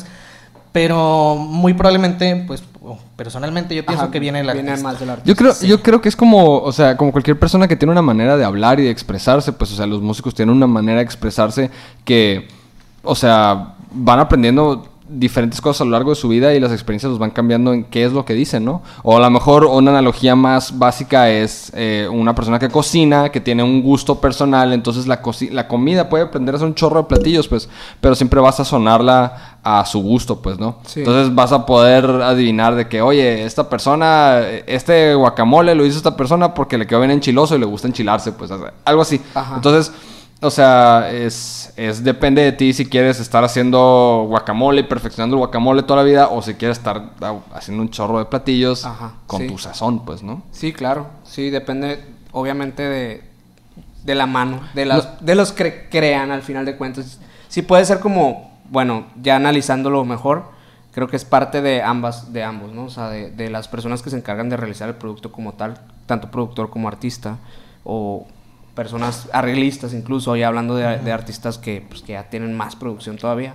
Pero muy probablemente, pues, personalmente yo pienso Ajá, que viene el artista. Viene más del artista. Yo creo, sí. yo creo que es como, o sea, como cualquier persona que tiene una manera de hablar y de expresarse, pues, o sea, los músicos tienen una manera de expresarse que, o sea, van aprendiendo diferentes cosas a lo largo de su vida y las experiencias los van cambiando en qué es lo que dicen, ¿no? O a lo mejor una analogía más básica es eh, una persona que cocina, que tiene un gusto personal, entonces la, co- la comida puede aprender a hacer un chorro de platillos, pues, pero siempre vas a sonarla a su gusto, pues, ¿no? Sí. Entonces vas a poder adivinar de que, oye, esta persona, este guacamole lo hizo esta persona porque le quedó bien enchiloso y le gusta enchilarse, pues, algo así. Ajá. Entonces... O sea, es, es depende de ti si quieres estar haciendo guacamole y perfeccionando el guacamole toda la vida o si quieres estar haciendo un chorro de platillos Ajá, con sí. tu sazón, pues, ¿no? Sí, claro. Sí, depende obviamente de, de la mano, de, las, no. de los que crean al final de cuentas. Sí puede ser como, bueno, ya analizándolo mejor, creo que es parte de ambas, de ambos, ¿no? O sea, de, de las personas que se encargan de realizar el producto como tal, tanto productor como artista o... personas arreglistas incluso, ya hablando de, uh-huh. de artistas que, pues, que ya tienen más producción todavía,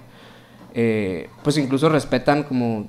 eh, pues incluso respetan como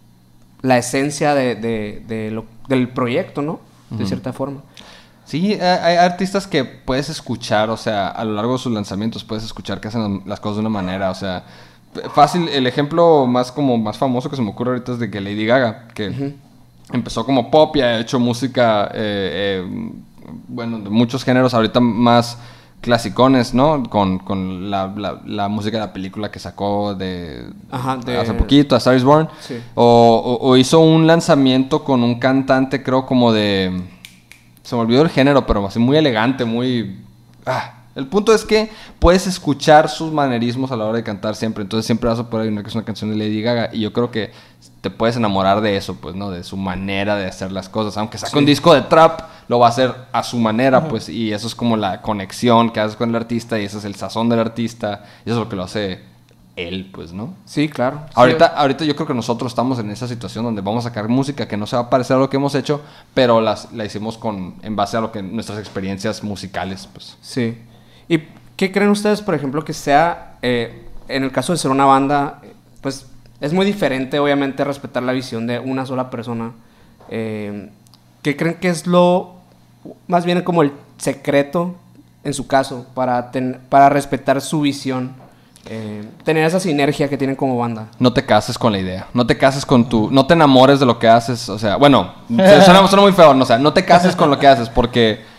la esencia de, de, de lo, del proyecto, ¿no? De uh-huh. cierta forma. Sí, hay artistas que puedes escuchar, o sea, a lo largo de sus lanzamientos puedes escuchar que hacen las cosas de una manera, o sea, fácil, el ejemplo más como más famoso que se me ocurre ahorita es de que Lady Gaga, que uh-huh. empezó como pop y ha hecho música, eh, eh, bueno, de muchos géneros, ahorita más clasicones, ¿no? Con, con la, la, la música de la película que sacó de, Ajá, de... hace poquito, A Star is Born. Sí. O, o, o hizo un lanzamiento con un cantante, creo, como de... Se me olvidó el género, pero así muy elegante, muy... Ah. El punto es que puedes escuchar sus manerismos a la hora de cantar siempre. Entonces siempre vas a poder adivinar que es una canción de Lady Gaga. Y yo creo que te puedes enamorar de eso, pues, ¿no? De su manera de hacer las cosas. Aunque saque sí. un disco de trap, lo va a hacer a su manera, uh-huh. pues. Y eso es como la conexión que haces con el artista. Y ese es el sazón del artista. Y eso es lo que lo hace él, pues, ¿no? Sí, claro. Ahorita, sí. ahorita yo creo que nosotros estamos en esa situación donde vamos a sacar música que no se va a parecer a lo que hemos hecho, pero las, la hicimos con, en base a lo que nuestras experiencias musicales, pues. Sí. ¿Y qué creen ustedes, por ejemplo, que sea, eh, en el caso de ser una banda, pues es muy diferente, obviamente, respetar la visión de una sola persona? Eh, ¿Qué creen que es lo, más bien como el secreto, en su caso, para, ten, para respetar su visión? Eh, tener esa sinergia que tienen como banda. No te cases con la idea, no te cases con tu... No te enamores de lo que haces, o sea, bueno, suena, suena muy feo, no, o sea, no te cases con lo que haces porque...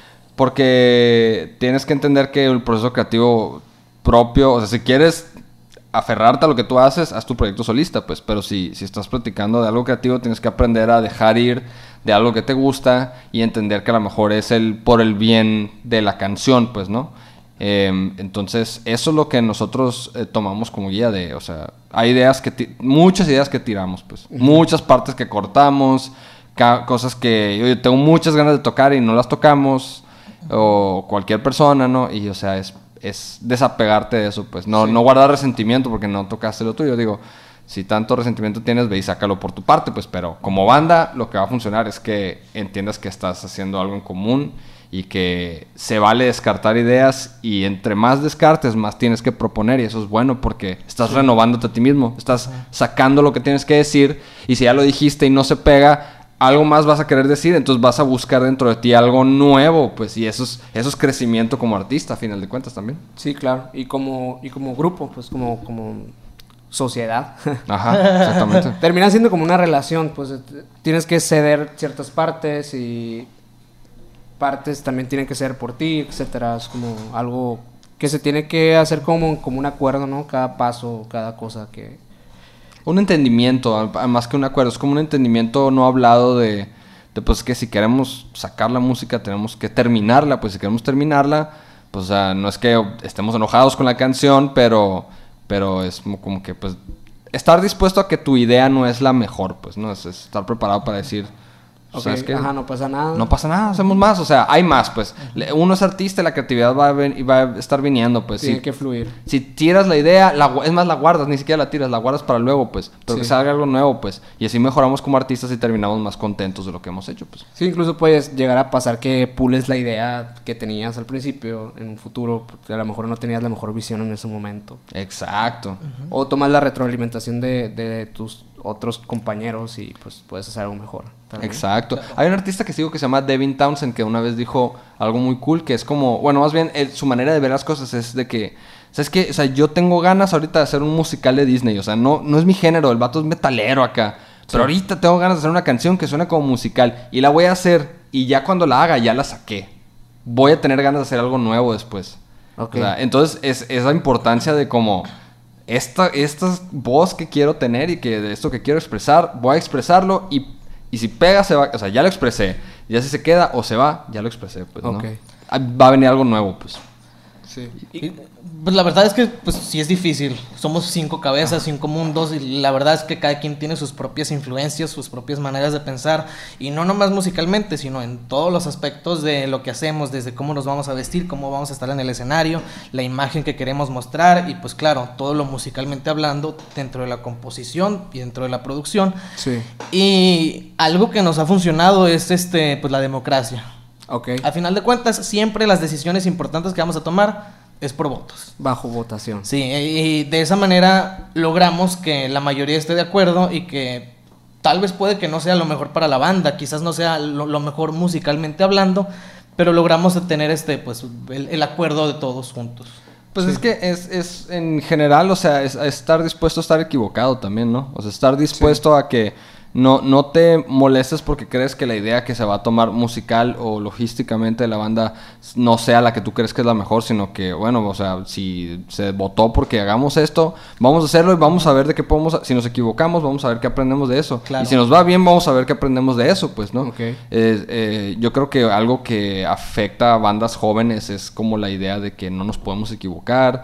Porque tienes que entender que el proceso creativo propio, o sea, si quieres aferrarte a lo que tú haces, haz tu proyecto solista, pues. Pero si, si estás platicando de algo creativo, tienes que aprender a dejar ir de algo que te gusta y entender que a lo mejor es el por el bien de la canción, pues, ¿no? Eh, entonces, eso es lo que nosotros eh, tomamos como guía de, o sea, hay ideas que, ti- muchas ideas que tiramos, pues. Uh-huh. Muchas partes que cortamos, ca- cosas que yo tengo muchas ganas de tocar y no las tocamos. O cualquier persona, ¿no? Y, o sea, es, es desapegarte de eso, pues. No, sí. no guardar resentimiento porque no tocaste lo tuyo. Digo, si tanto resentimiento tienes, ve y sácalo por tu parte, pues. Pero como banda, lo que va a funcionar es que entiendas que estás haciendo algo en común y que se vale descartar ideas. Y entre más descartes, más tienes que proponer. Y eso es bueno porque estás sí. renovándote a ti mismo. Estás sacando lo que tienes que decir. Y si ya lo dijiste y no se pega... algo más vas a querer decir, entonces vas a buscar dentro de ti algo nuevo, pues, y eso es, eso es crecimiento como artista, a final de cuentas, también. Sí, claro, y como, y como grupo, pues, como, como sociedad. Ajá, exactamente. Termina siendo como una relación, pues, tienes que ceder ciertas partes y partes también tienen que ser por ti, etcétera. Es como algo que se tiene que hacer como, como un acuerdo, ¿no? Cada paso, cada cosa que... Un entendimiento, más que un acuerdo, es como un entendimiento no hablado de, de pues que si queremos sacar la música tenemos que terminarla, pues si queremos terminarla, pues o sea, no es que estemos enojados con la canción, pero, pero es como que pues estar dispuesto a que tu idea no es la mejor, pues, ¿no? Es, es estar preparado para decir... Okay. ¿Sabes qué? Ajá, no pasa nada. No pasa nada, hacemos más, o sea, hay más, pues. Uno es artista y la creatividad va a, ven, va a estar viniendo, pues. Tiene si, que fluir. Si tiras la idea, la, es más, la guardas, ni siquiera la tiras, la guardas para luego, pues. Pero sí. que salga algo nuevo, pues. Y así mejoramos como artistas y terminamos más contentos de lo que hemos hecho, pues. Sí, incluso puedes llegar a pasar que pules la idea que tenías al principio, en un futuro, porque a lo mejor no tenías la mejor visión en ese momento. Exacto. Uh-huh. O tomas la retroalimentación de, de tus otros compañeros y pues puedes hacer algo mejor también. Exacto. Hay un artista que sigo que se llama Devin Townsend que una vez dijo algo muy cool, que es como, bueno, más bien él, su manera de ver las cosas es de que, ¿sabes qué? O sea, yo tengo ganas ahorita de hacer un musical de Disney, o sea, no, no es mi género, el vato es metalero acá, sí. Pero ahorita tengo ganas de hacer una canción que suena como musical y la voy a hacer y ya cuando la haga ya la saqué. Voy a tener ganas de hacer algo nuevo después. Okay. O sea, entonces es, es la importancia de como... Esta, esta voz que quiero tener y que de esto que quiero expresar, voy a expresarlo y, y si pega, se va, o sea, ya lo expresé. Ya si se queda o se va, ya lo expresé, pues, ¿no? Okay. Va a venir algo nuevo, pues. Sí. Y, pues la verdad es que pues sí es difícil. Somos cinco cabezas, cinco mundos y la verdad es que cada quien tiene sus propias influencias, sus propias maneras de pensar y no nomás musicalmente, sino en todos los aspectos de lo que hacemos, desde cómo nos vamos a vestir, cómo vamos a estar en el escenario, la imagen que queremos mostrar y pues claro, todo lo musicalmente hablando dentro de la composición y dentro de la producción. Sí. Y algo que nos ha funcionado es este pues la democracia. Okay. A final de cuentas, siempre las decisiones importantes que vamos a tomar es por votos. Bajo votación. Sí, y de esa manera logramos que la mayoría esté de acuerdo y que tal vez puede que no sea lo mejor para la banda, quizás no sea lo, lo mejor musicalmente hablando, pero logramos tener este, pues, el, el acuerdo de todos juntos. Pues Sí. es que es, es en general, o sea, es, es estar dispuesto a estar equivocado también, ¿no? O sea, estar dispuesto a que no, no te molestes porque crees que la idea que se va a tomar musical o logísticamente de la banda no sea la que tú crees que es la mejor, sino que, bueno, o sea, si se votó porque hagamos esto, vamos a hacerlo y vamos a ver de qué podemos, si nos equivocamos, vamos a ver qué aprendemos de eso. Claro. Y si nos va bien, vamos a ver qué aprendemos de eso, pues, ¿no? Ok. Eh, eh, yo creo que algo que afecta a bandas jóvenes es como la idea de que no nos podemos equivocar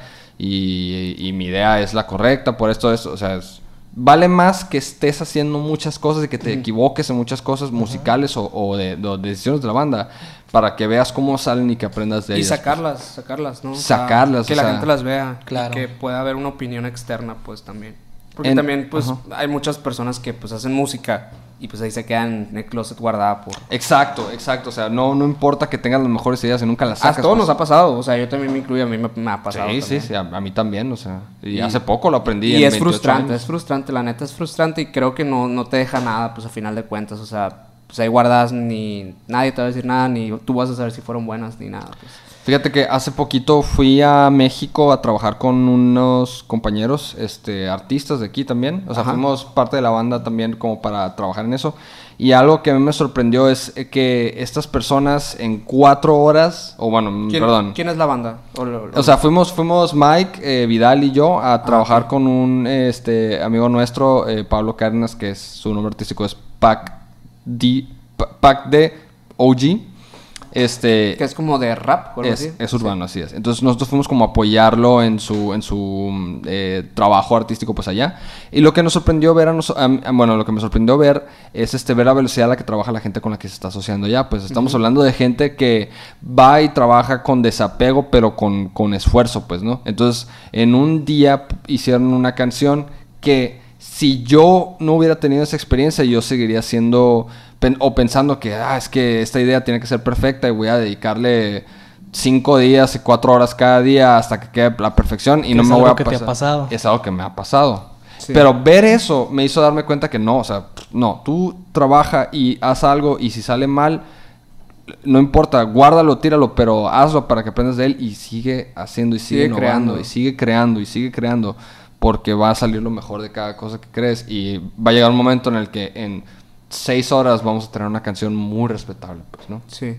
y, y mi idea es la correcta, por esto, esto, o sea, es, vale más que estés haciendo muchas cosas y que te equivoques en muchas cosas musicales o, o de, de decisiones de la banda para que veas cómo salen y que aprendas de Y ellas. sacarlas, sacarlas, ¿no? O sea, Sacarlas, que o la sea, gente las vea. claro. Y que pueda haber una opinión externa, pues, también. Porque En- también, pues, ajá. hay muchas personas que, pues, hacen música y, pues, ahí se quedan en el closet guardada por... Exacto, exacto, o sea, no, no importa que tengas las mejores ideas y nunca las A sacas. todos pues. nos ha pasado, o sea, yo también me incluyo, a mí me, me ha pasado. Sí, sí, también. sí, a, a mí también, o sea, y, Y- hace poco lo aprendí. Y en es veintiocho frustrante, años. es frustrante, la neta es frustrante y creo que no, no te deja nada, pues, a final de cuentas, o sea, pues, ahí guardas ni... Nadie te va a decir nada, ni tú vas a saber si fueron buenas, ni nada, pues. Fíjate que hace poquito fui a México a trabajar con unos compañeros, este, artistas de aquí también. O sea, Ajá. fuimos parte de la banda también como para trabajar en eso. Y algo que a mí me sorprendió es que estas personas en cuatro horas, o bueno, ¿Quién, perdón. ¿Quién es la banda? O, lo- lo- O sea, fuimos, fuimos Mike, eh, Vidal y yo a trabajar ok. con un este, amigo nuestro, eh, Pablo Cárdenas, que es su nombre artístico es Pac D, Pa- Pac D O G. Este, que es como de rap, o algo es, así. es urbano, así es. Entonces nosotros fuimos como a apoyarlo en su, en su eh, trabajo artístico pues allá. Y lo que nos sorprendió ver a nos, a- a- bueno, lo que me sorprendió ver es este ver la velocidad a la que trabaja la gente con la que se está asociando ya. Pues estamos hablando de gente que va y trabaja con desapego, pero con, con esfuerzo, pues, ¿no? Entonces, en un día p- hicieron una canción que si yo no hubiera tenido esa experiencia, yo seguiría siendo pen- o pensando que ah, es que esta idea tiene que ser perfecta y voy a dedicarle cinco días y cuatro horas cada día hasta que quede la perfección y Que no es me voy algo a que te ha pasar. pasado. Es algo que me ha pasado. Sí. Pero ver eso me hizo darme cuenta que no, o sea, no, tú trabaja y haz algo y si sale mal, no importa, guárdalo, tíralo, pero hazlo para que aprendas de él y sigue haciendo y sigue, Sigue innovando creando. y sigue creando y sigue creando porque va a salir lo mejor de cada cosa que crees y va a llegar un momento en el que en seis horas vamos a tener una canción muy respetable, pues, ¿no? Sí.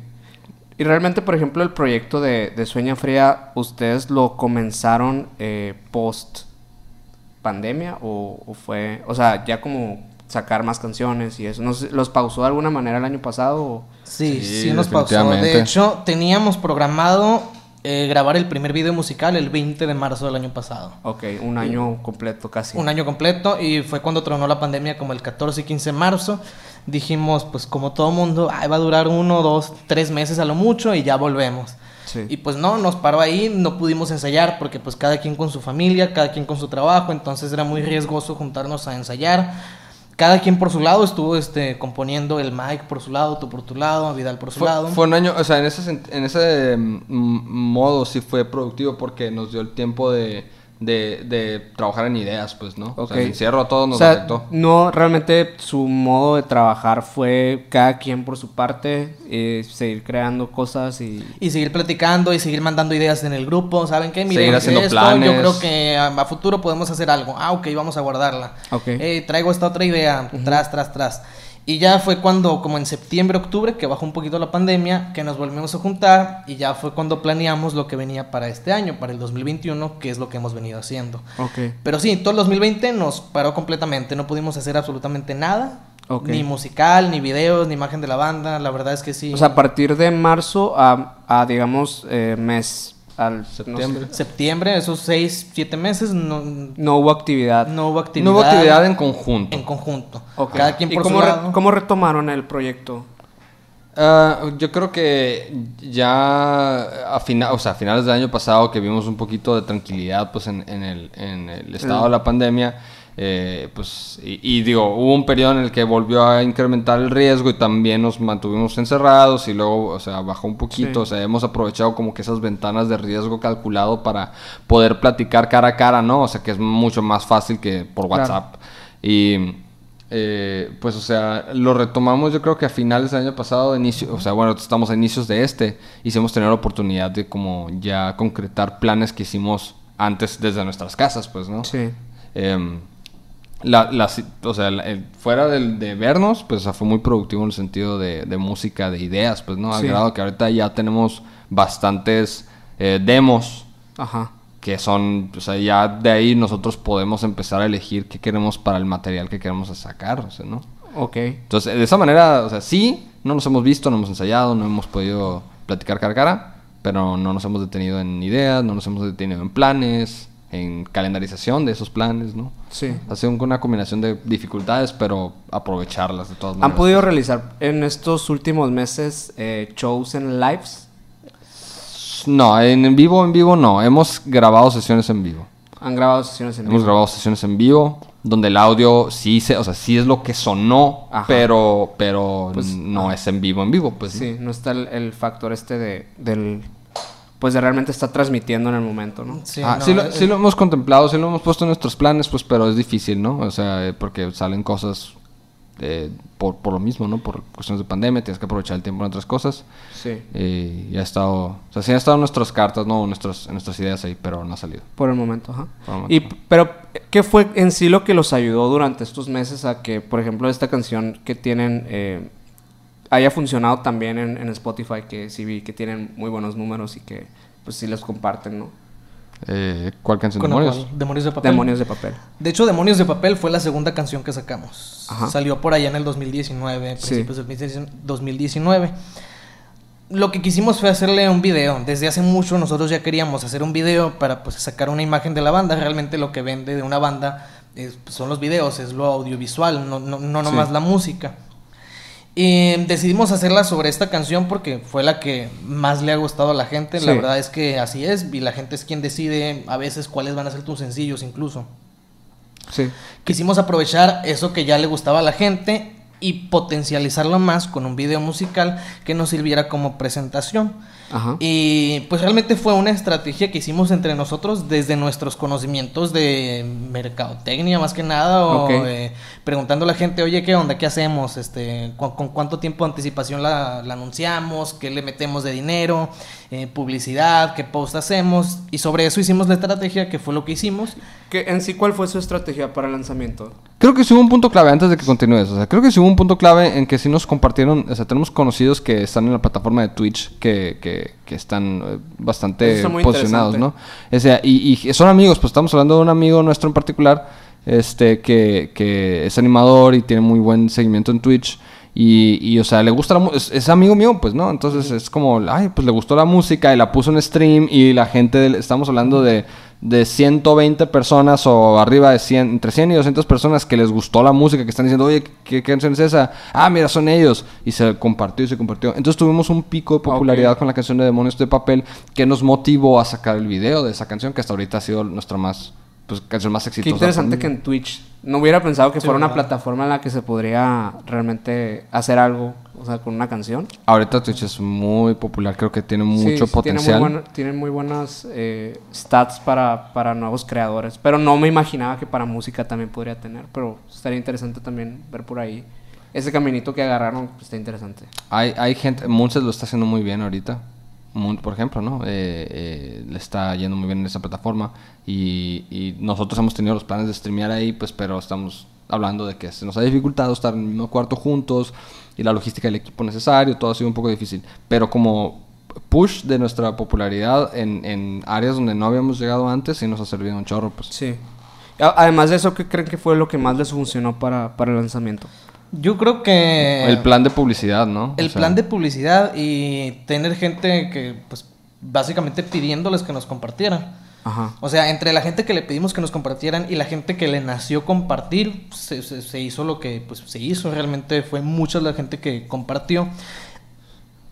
Y realmente, por ejemplo, el proyecto de, de Sueña Fría, ¿ustedes lo comenzaron eh, post pandemia o, o fue, o sea, ya como sacar más canciones y eso? No sé, ¿los pausó de alguna manera el año pasado? O... Sí, Sí, sí, nos pasó. definitivamente. De hecho, teníamos programado eh, grabar el primer video musical el veinte de marzo del año pasado. Ok, un año completo casi. Un año completo y fue cuando tronó la pandemia como el catorce y quince de marzo. Dijimos, pues como todo mundo, "Ay, va a durar uno, dos, tres meses a lo mucho y ya volvemos". Sí. Y pues no, nos paró ahí, no pudimos ensayar porque pues cada quien con su familia, cada quien con su trabajo, entonces era muy riesgoso juntarnos a ensayar. Cada quien por su lado estuvo este, componiendo, el Mike por su lado, tú por tu lado, Vidal por su Fue, lado. fue un año, o sea, en ese, sent- en ese mm, modo sí fue productivo porque nos dio el tiempo de, de, de trabajar en ideas, pues, ¿no? O sea, Ok. el encierro a todos nos o sea, afectó. no, realmente su modo de trabajar fue cada quien por su parte, eh, seguir creando cosas y... Y seguir platicando y seguir mandando ideas en el grupo. ¿Saben qué? Miren, Seguir haciendo esto, planes. yo creo que a, a futuro podemos hacer algo. Ah, ok, vamos a guardarla. Ok. Eh, traigo esta otra idea, tras, tras, tras. Y ya fue cuando, como en septiembre, octubre, que bajó un poquito la pandemia, que nos volvimos a juntar y ya fue cuando planeamos lo que venía para este año, para el dos mil veintiuno, que es lo que hemos venido haciendo. Ok. Pero sí, todo el dos mil veinte nos paró completamente, no pudimos hacer absolutamente nada. Ok. Ni musical, ni videos, ni imagen de la banda, la verdad es que sí. O sea, a partir de marzo a, a digamos, eh, mes, al Septiembre. No, sé, septiembre, esos seis, siete meses, no, no hubo actividad. no hubo actividad. No hubo actividad en conjunto. en conjunto. Ok. Cada quien ¿Y por cómo, su re- lado. cómo retomaron el proyecto? Ah, yo creo que ya a, fina- o sea, a finales del año pasado que vimos un poquito de tranquilidad pues en, en el, en el estado Mm. de la pandemia, eh, pues y, y digo, hubo un periodo en el que volvió a incrementar el riesgo y también nos mantuvimos encerrados y luego, o sea, bajó un poquito, Sí. o sea, hemos aprovechado como que esas ventanas de riesgo calculado para poder platicar cara a cara, ¿no? O sea, que es mucho más fácil que por Claro. WhatsApp. Y eh, pues, o sea, lo retomamos yo creo que a finales del año pasado, inicio, o sea, bueno, estamos a inicios de este, y sí hemos tenido la oportunidad de como ya concretar planes que hicimos antes desde nuestras casas, pues, ¿no? Sí. Eh, la, la, o sea, la, el, fuera del, de vernos, pues, o sea, fue muy productivo en el sentido de, de música, de ideas, pues, ¿no? Al Sí. grado que ahorita ya tenemos bastantes eh, demos. Ajá. Que son, o sea, ya de ahí nosotros podemos empezar a elegir qué queremos para el material que queremos sacar, o sea, ¿no? Ok. Entonces, de esa manera, o sea, sí, no nos hemos visto, no hemos ensayado, no hemos podido platicar cara a cara, pero no nos hemos detenido en ideas, no nos hemos detenido en planes, en calendarización de esos planes, ¿no? Sí. Ha sido una combinación de dificultades, pero aprovecharlas de todas maneras. ¿Han podido realizar en estos últimos meses eh, shows en lives? No, en vivo, en vivo no. Hemos grabado sesiones en vivo. ¿Han grabado sesiones en Hemos vivo? grabado sesiones en vivo, donde el audio sí se, o sea, sí es lo que sonó, Ajá. pero, pero Pues, no ajá. es en vivo, en vivo, pues. Sí, no está el, el factor este de, del... Pues de realmente está transmitiendo en el momento, ¿no? Sí, Ah, no, sí, lo, eh, sí lo hemos contemplado, sí lo hemos puesto en nuestros planes, pues, pero es difícil, ¿no? O sea, eh, porque salen cosas eh, por, por lo mismo, ¿no? Por cuestiones de pandemia, tienes que aprovechar el tiempo en otras cosas. Sí. Eh, y ha estado, o sea, sí han estado en nuestras cartas, ¿no? Nuestras, en nuestras ideas ahí, pero no ha salido. Por el momento, ajá. Por el momento. Y, pero, ¿qué fue en sí lo que los ayudó durante estos meses a que, por ejemplo, esta canción que tienen eh, haya funcionado también en, en Spotify? Que sí vi que tienen muy buenos números y que, pues, sí les comparten, ¿no? Eh, ¿Cuál canción? ¿con ¿Demonios? cuál? Demonios de papel. Demonios de papel. De hecho, Demonios de papel fue la segunda canción que sacamos. Ajá. Salió por allá en el dos mil diecinueve, Sí. principios del dos mil diecinueve. Lo que quisimos fue hacerle un video. Desde hace mucho nosotros ya queríamos hacer un video para, pues, sacar una imagen de la banda. Realmente lo que vende de una banda es, pues, son los videos, es lo audiovisual, no, no, no nomás Sí. la música. Y decidimos hacerla sobre esta canción porque fue la que más le ha gustado a la gente. Sí. La verdad es que así es, y la gente es quien decide a veces cuáles van a ser tus sencillos incluso. Sí. Quisimos aprovechar eso que ya le gustaba a la gente y potencializarlo más con un video musical que nos sirviera como presentación. Ajá. Y pues realmente fue una estrategia que hicimos entre nosotros desde nuestros conocimientos de mercadotecnia más que nada, o Ok. eh, preguntando a la gente, oye, ¿qué onda? ¿Qué hacemos? Este, ¿con, con cuánto tiempo de anticipación la, la anunciamos? ¿Qué le metemos de dinero? Eh, publicidad, ¿qué post hacemos? Y sobre eso hicimos la estrategia, que fue lo que hicimos. ¿Qué, en sí, ¿cuál fue su estrategia para el lanzamiento? Creo que sí hubo un punto clave antes de que continúes. O sea, creo que sí hubo un punto clave en que sí nos compartieron. O sea, tenemos conocidos que están en la plataforma de Twitch que, que, que están eh, Eso bastante está muy posicionados, ¿no? interesante. O sea, y, y son amigos. Pues estamos hablando de un amigo nuestro en particular, este, que, que es animador y tiene muy buen seguimiento en Twitch. Y, y o sea, le gusta la música, es, es amigo mío, pues, ¿no? Entonces es como, ay, pues le gustó la música y la puso en stream y la gente, del- estamos hablando de, de ciento veinte personas o arriba de cien, entre cien y doscientas personas que les gustó la música, que están diciendo, oye, ¿qué, qué canción es esa? Ah, mira, son ellos. Y se compartió y se compartió. Entonces tuvimos un pico de popularidad Ok. con la canción de Demonios de Papel que nos motivó a sacar el video de esa canción que hasta ahorita ha sido nuestra más, pues, canción más exitosa. Qué interesante que en Twitch. No hubiera pensado que Sí, fuera una ¿verdad? plataforma en la que se podría realmente hacer algo, o sea, con una canción. Ahorita Twitch es muy popular, creo que tiene mucho Sí, sí, potencial. Tiene muy, buena- tiene muy buenas eh, stats para, para nuevos creadores. Pero no me imaginaba que para música también podría tener. Pero estaría interesante también ver por ahí. Ese caminito que agarraron pues, está interesante. Hay, hay gente, Munces lo está haciendo muy bien ahorita, Mun- por ejemplo, ¿no? Eh, eh, le está yendo muy bien en esa plataforma y, y nosotros hemos tenido los planes de streamear ahí, pues, pero estamos hablando de que se nos ha dificultado estar en el mismo cuarto juntos y la logística del equipo necesario, todo ha sido un poco difícil, pero como push de nuestra popularidad en, en áreas donde no habíamos llegado antes, sí nos ha servido un chorro, pues. Sí. A- Además de eso, ¿qué creen que fue lo que más les funcionó para, para el lanzamiento? Yo creo que... El plan de publicidad, ¿no? El O sea, plan de publicidad y tener gente que, pues, básicamente pidiéndoles que nos compartieran. Ajá. O sea, entre la gente que le pedimos que nos compartieran y la gente que le nació compartir, se, se- se hizo lo que, pues, se hizo. Realmente fue mucha la gente que compartió.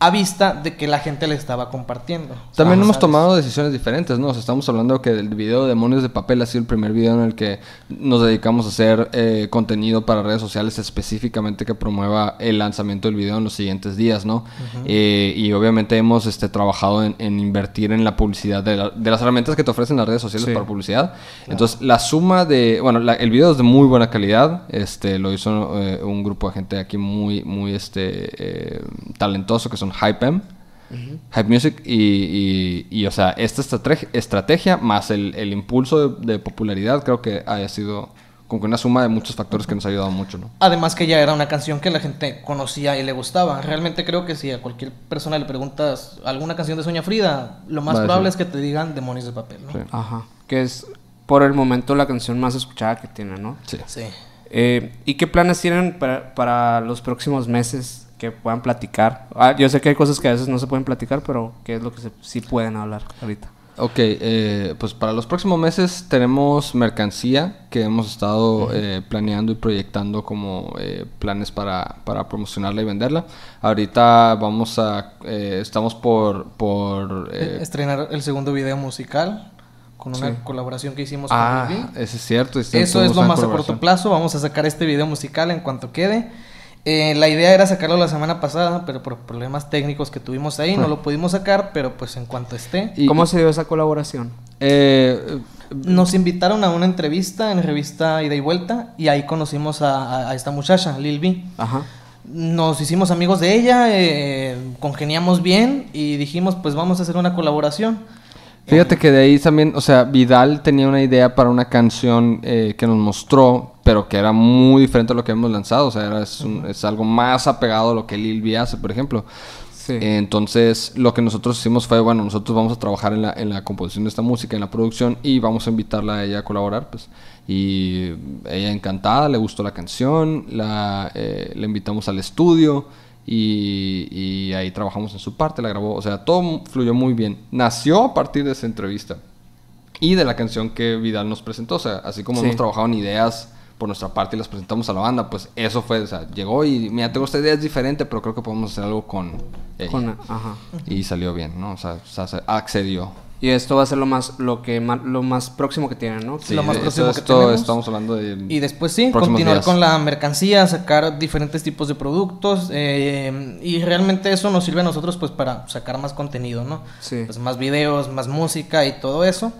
a vista de que la gente le estaba compartiendo. También Ah, hemos ¿sabes? tomado decisiones diferentes, ¿no? O sea, estamos hablando que el video de Demonios de Papel ha sido el primer video en el que nos dedicamos a hacer eh, contenido para redes sociales específicamente que promueva el lanzamiento del video en los siguientes días, ¿no? Uh-huh. eh, y obviamente hemos este, trabajado en, en invertir en la publicidad de, la, de las herramientas que te ofrecen las redes sociales sí. para publicidad. Claro. Entonces, la suma de... Bueno, la, el video es de muy buena calidad. Este, lo hizo eh, un grupo de gente aquí muy, muy este, eh, talentoso que son Hypem. Uh-huh. Hype Music y, y, y, o sea, esta estrategia, estrategia más el, el impulso de, de popularidad creo que haya sido como que una suma de muchos factores que nos ha ayudado mucho, ¿no? Además que ya era una canción que la gente conocía y le gustaba. Realmente creo que si a cualquier persona le preguntas alguna canción de Soña Frida, lo más probable es que te digan Demonios de Papel, ¿no? Sí. Ajá. Que es por el momento la canción más escuchada que tiene, ¿no? Sí. Sí. Eh, ¿Y qué planes tienen para, para los próximos meses que puedan platicar? Ah, yo sé que hay cosas que a veces no se pueden platicar, pero ¿qué es lo que se, sí pueden hablar ahorita? Ok, eh, pues para los próximos meses tenemos mercancía que hemos estado uh-huh. eh, planeando y proyectando como eh, planes para, para promocionarla y venderla. Ahorita vamos a, eh, estamos por... por eh, estrenar el segundo video musical con una sí. colaboración que hicimos ah, con Lil B. Eso es cierto. Eso es lo más a corto plazo. Vamos a sacar este video musical en cuanto quede. Eh, la idea era sacarlo la semana pasada, pero por problemas técnicos que tuvimos ahí, no lo pudimos sacar, pero pues en cuanto esté. ¿Y cómo se dio esa colaboración? Eh, Nos invitaron a una entrevista en revista Ida y Vuelta, y ahí conocimos a, a, a esta muchacha, Lil B. Ajá. Nos hicimos amigos de ella, eh, congeniamos bien, y dijimos, pues vamos a hacer una colaboración. Fíjate que de ahí también, o sea, Vidal tenía una idea para una canción eh, que nos mostró, pero que era muy diferente a lo que hemos lanzado. O sea, era, es, un, es algo más apegado a lo que Lil B hace, por ejemplo. Sí. Eh, entonces, lo que nosotros hicimos fue, bueno, nosotros vamos a trabajar en la, en la composición de esta música, en la producción, y vamos a invitarla a ella a colaborar, pues. Y ella encantada, le gustó la canción, la, eh, la invitamos al estudio. Y, y ahí trabajamos en su parte, la grabó, o sea, todo fluyó muy bien. Nació a partir de esa entrevista y de la canción que Vidal nos presentó, o sea, así como sí. hemos trabajado en ideas por nuestra parte y las presentamos a la banda, pues eso fue, o sea, llegó y mira, tengo esta idea, es diferente, pero creo que podemos hacer algo con ella. Con, ajá. Y salió bien, ¿no? O sea, o sea, accedió. Y esto va a ser lo más lo que más, lo más próximo que tienen, ¿no? Sí, lo más próximo esto, que esto tenemos. Estamos hablando de y después sí, continuar días. Con la mercancía, sacar diferentes tipos de productos eh, y realmente eso nos sirve a nosotros pues para sacar más contenido, ¿no? Sí. Pues más videos, más música y todo eso.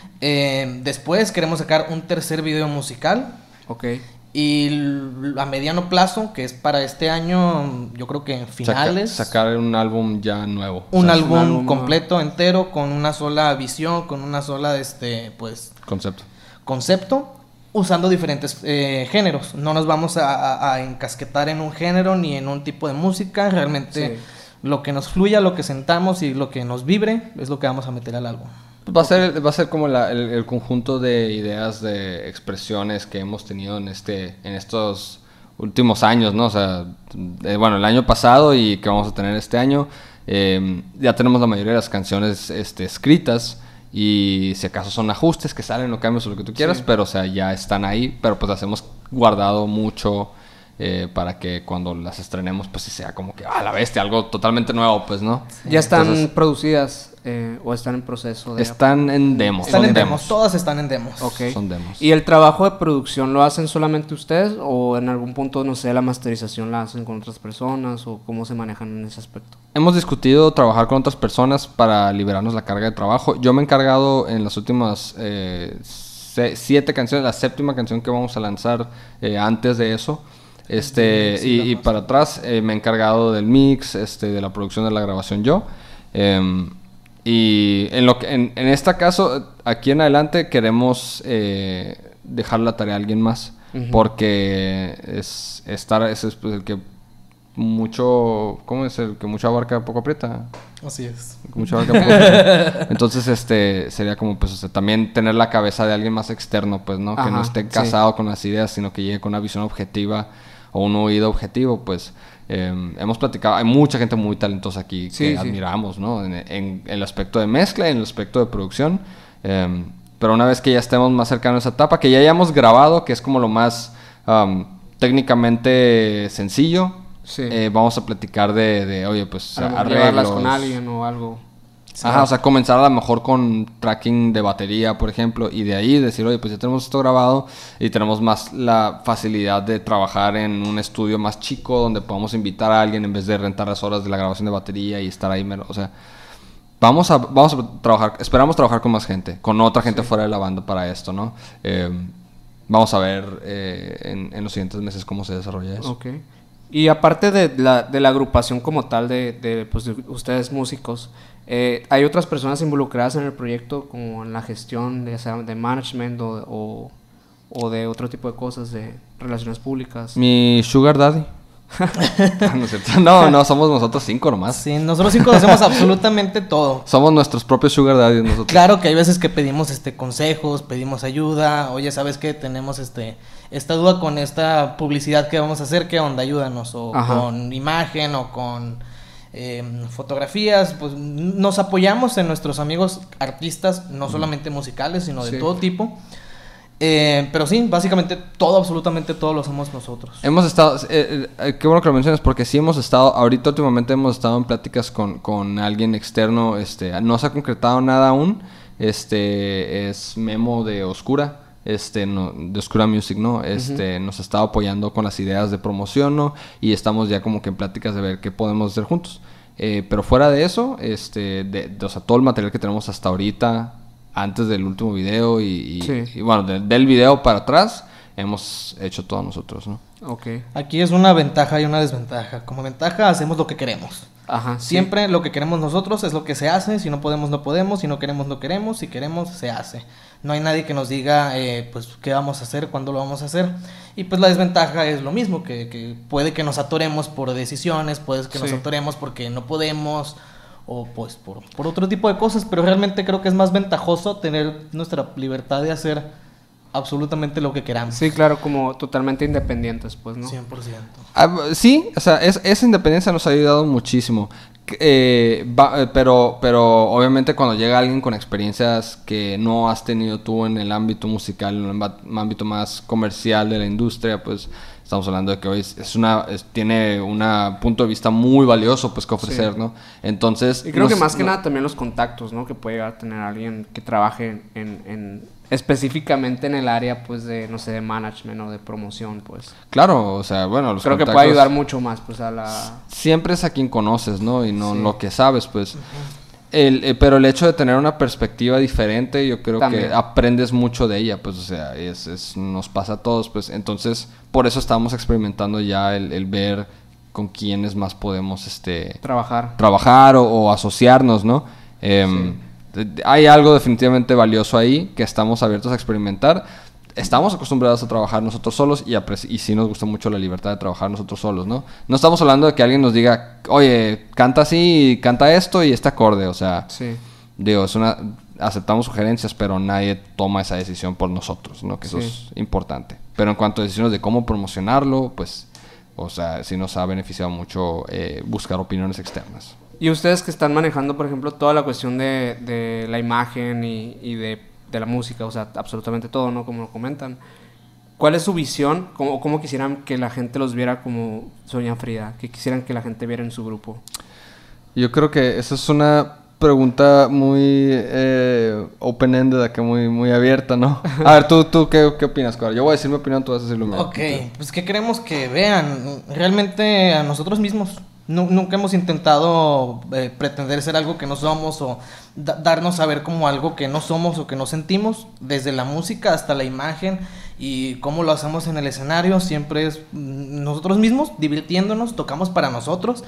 Eh, después queremos sacar un tercer video musical. Ok. Y a mediano plazo, que es para este año, yo creo que en finales. Saca, sacar un álbum ya nuevo. Un, o sea, álbum, un álbum completo, nuevo. Entero, con una sola visión, con una sola, este, pues... Concepto. Concepto, usando diferentes eh, géneros. No nos vamos a, a, a encasquetar en un género ni en un tipo de música. Realmente sí. Lo que nos fluya, lo que sentamos y lo que nos vibre es lo que vamos a meter al álbum. Va a ser, va a ser como la, el, el conjunto de ideas, de expresiones que hemos tenido en este, en estos últimos años, ¿no? O sea, eh, bueno, el año pasado y que vamos a tener este año, eh, ya tenemos la mayoría de las canciones este, escritas y si acaso son ajustes que salen o cambios o lo que tú quieras, sí. Pero o sea, ya están ahí, pero pues las hemos guardado mucho. Eh, para que cuando las estrenemos pues sí sea como que ah la bestia, algo totalmente nuevo, pues, ¿no? Ya están Entonces, producidas eh, o están en proceso de... Están en demos. Están en demos. demos, todas están en demos. Okay. Son demos. ¿Y el trabajo de producción lo hacen solamente ustedes o en algún punto, no sé, la masterización la hacen con otras personas o cómo se manejan en ese aspecto? Hemos discutido trabajar con otras personas para liberarnos la carga de trabajo. Yo me he encargado en las últimas eh, siete canciones, la séptima canción que vamos a lanzar eh, antes de eso. Este sí, y, y para atrás eh, me he encargado del mix, este, de la producción de la grabación yo. Eh, y en lo que en, en este caso, aquí en adelante queremos eh, dejar la tarea a alguien más. Uh-huh. Porque es estar es, es el que mucho, ¿cómo es? El que mucho abarca poco aprieta. Así es. Mucho abarca poco aprieta. Entonces, este, sería como, pues, o sea, también tener la cabeza de alguien más externo, pues, ¿no? Ajá, que no esté casado sí. con las ideas, sino que llegue con una visión objetiva o un oído objetivo, pues. Eh, hemos platicado, hay mucha gente muy talentosa aquí que sí, admiramos, sí. ¿no? En, en, en el aspecto de mezcla y en el aspecto de producción. Eh, pero una vez que ya estemos más cercanos a esa etapa, que ya hayamos grabado, que es como lo más um, técnicamente sencillo, Sí. Eh, vamos a platicar de, de oye, pues A lo mejor arreglos. llevarlas con alguien o algo. Sí. Ajá, o sea, comenzar a lo mejor con tracking de batería, por ejemplo, y de ahí decir, oye, pues ya tenemos esto grabado y tenemos más la facilidad de trabajar en un estudio más chico donde podamos invitar a alguien en vez de rentar las horas de la grabación de batería y estar ahí, mero- o sea, vamos a, vamos a trabajar, esperamos trabajar con más gente, con otra gente Sí. fuera de la banda para esto, ¿no? Eh, vamos a ver eh, en, en los siguientes meses cómo se desarrolla eso. Ok. Y aparte de la, de la agrupación como tal de, de, pues, de ustedes músicos, eh, ¿hay otras personas involucradas en el proyecto como en la gestión de, de management o, o, o de otro tipo de cosas, de relaciones públicas? Mi sugar daddy. no, es cierto. no, no, somos nosotros cinco nomás. Sí, nosotros cinco hacemos absolutamente todo. Somos nuestros propios sugar daddies nosotros. Claro que hay veces que pedimos este consejos, pedimos ayuda. Oye, ¿sabes qué? Tenemos este esta duda con esta publicidad que vamos a hacer, ¿qué onda? Ayúdanos. O Ajá. con imagen o con eh, fotografías. Pues nos apoyamos en nuestros amigos artistas, no solamente musicales, sino de Sí. todo tipo. Eh, pero sí, básicamente todo, absolutamente todo lo hacemos nosotros. Hemos estado, eh, eh, qué bueno que lo mencionas, porque sí hemos estado, ahorita últimamente hemos estado en pláticas con, con alguien externo, este, no se ha concretado nada aún, este, es Memo de Oscura, este, no, de Oscura Music, ¿no? Este, uh-huh. Nos ha estado apoyando con las ideas de promoción, ¿no? Y estamos ya como que en pláticas de ver qué podemos hacer juntos. Eh, pero fuera de eso, este, de, de, o sea, todo el material que tenemos hasta ahorita, antes del último video y, y, sí. y bueno, de, del video para atrás, hemos hecho todo nosotros, ¿no? Okay. Aquí es una ventaja y una desventaja. Como ventaja hacemos lo que queremos. Ajá, Siempre sí. lo que queremos nosotros es lo que se hace. Si no podemos, no podemos. Si no queremos, no queremos. Si queremos, se hace. No hay nadie que nos diga, eh, pues, qué vamos a hacer, cuándo lo vamos a hacer. Y pues la desventaja es lo mismo, que, que puede que nos atoremos por decisiones, puede que sí. nos atoremos porque no podemos, o pues por, por otro tipo de cosas. Pero realmente creo que es más ventajoso tener nuestra libertad de hacer absolutamente lo que queramos. Sí, claro, como totalmente independientes, pues, ¿no? cien por ciento. Ah, sí, o sea, es, esa independencia nos ha ayudado muchísimo. Eh, va, pero, pero obviamente cuando llega alguien con experiencias que no has tenido tú en el ámbito musical, en el ámbito más comercial de la industria, pues estamos hablando de que hoy es, es una es, tiene un punto de vista muy valioso pues que ofrecer, sí. ¿no? Entonces... Y creo nos, que más que no, nada también los contactos, ¿no? Que puede llegar a tener alguien que trabaje en... en específicamente en el área, pues, de, no sé, de management o de promoción, pues. Claro, o sea, bueno, los creo que puede ayudar mucho más, pues, a la... Siempre es a quien conoces, ¿no? Y no sí. lo que sabes, pues. Uh-huh. El, eh, pero el hecho de tener una perspectiva diferente, yo creo También. que aprendes mucho de ella, pues, o sea, es, es, nos pasa a todos, pues. Entonces, por eso estamos experimentando ya el, el ver con quiénes más podemos, este... Trabajar. Trabajar o, o asociarnos, ¿no? Eh, sí. Hay algo definitivamente valioso ahí que estamos abiertos a experimentar. Estamos acostumbrados a trabajar nosotros solos y, y sí nos gusta mucho la libertad de trabajar nosotros solos, ¿no? No estamos hablando de que alguien nos diga, oye, canta así, canta esto y este acorde, o sea, sí. digo, es una, aceptamos sugerencias, pero nadie toma esa decisión por nosotros, ¿no? Que eso sí. es importante. Pero en cuanto a decisiones de cómo promocionarlo, pues, o sea, sí nos ha beneficiado mucho eh, buscar opiniones externas. Y ustedes que están manejando, por ejemplo, toda la cuestión de, de la imagen y, y de, de la música, o sea, absolutamente todo, ¿no? Como lo comentan. ¿Cuál es su visión? ¿Cómo, cómo quisieran que la gente los viera como Sonia Frida? ¿Qué quisieran que la gente viera en su grupo? Yo creo que esa es una pregunta muy eh, open-ended, acá muy, muy abierta, ¿no? A ver, ¿tú, tú qué, qué opinas, Cora? Yo voy a decir mi opinión, tú vas a decir lo mío. Ok, pues ¿qué queremos que vean? Realmente a nosotros mismos. Nunca hemos intentado eh, pretender ser algo que no somos o da- darnos a ver como algo que no somos o que no sentimos. Desde la música hasta la imagen y cómo lo hacemos en el escenario, siempre es nosotros mismos, divirtiéndonos, tocamos para nosotros.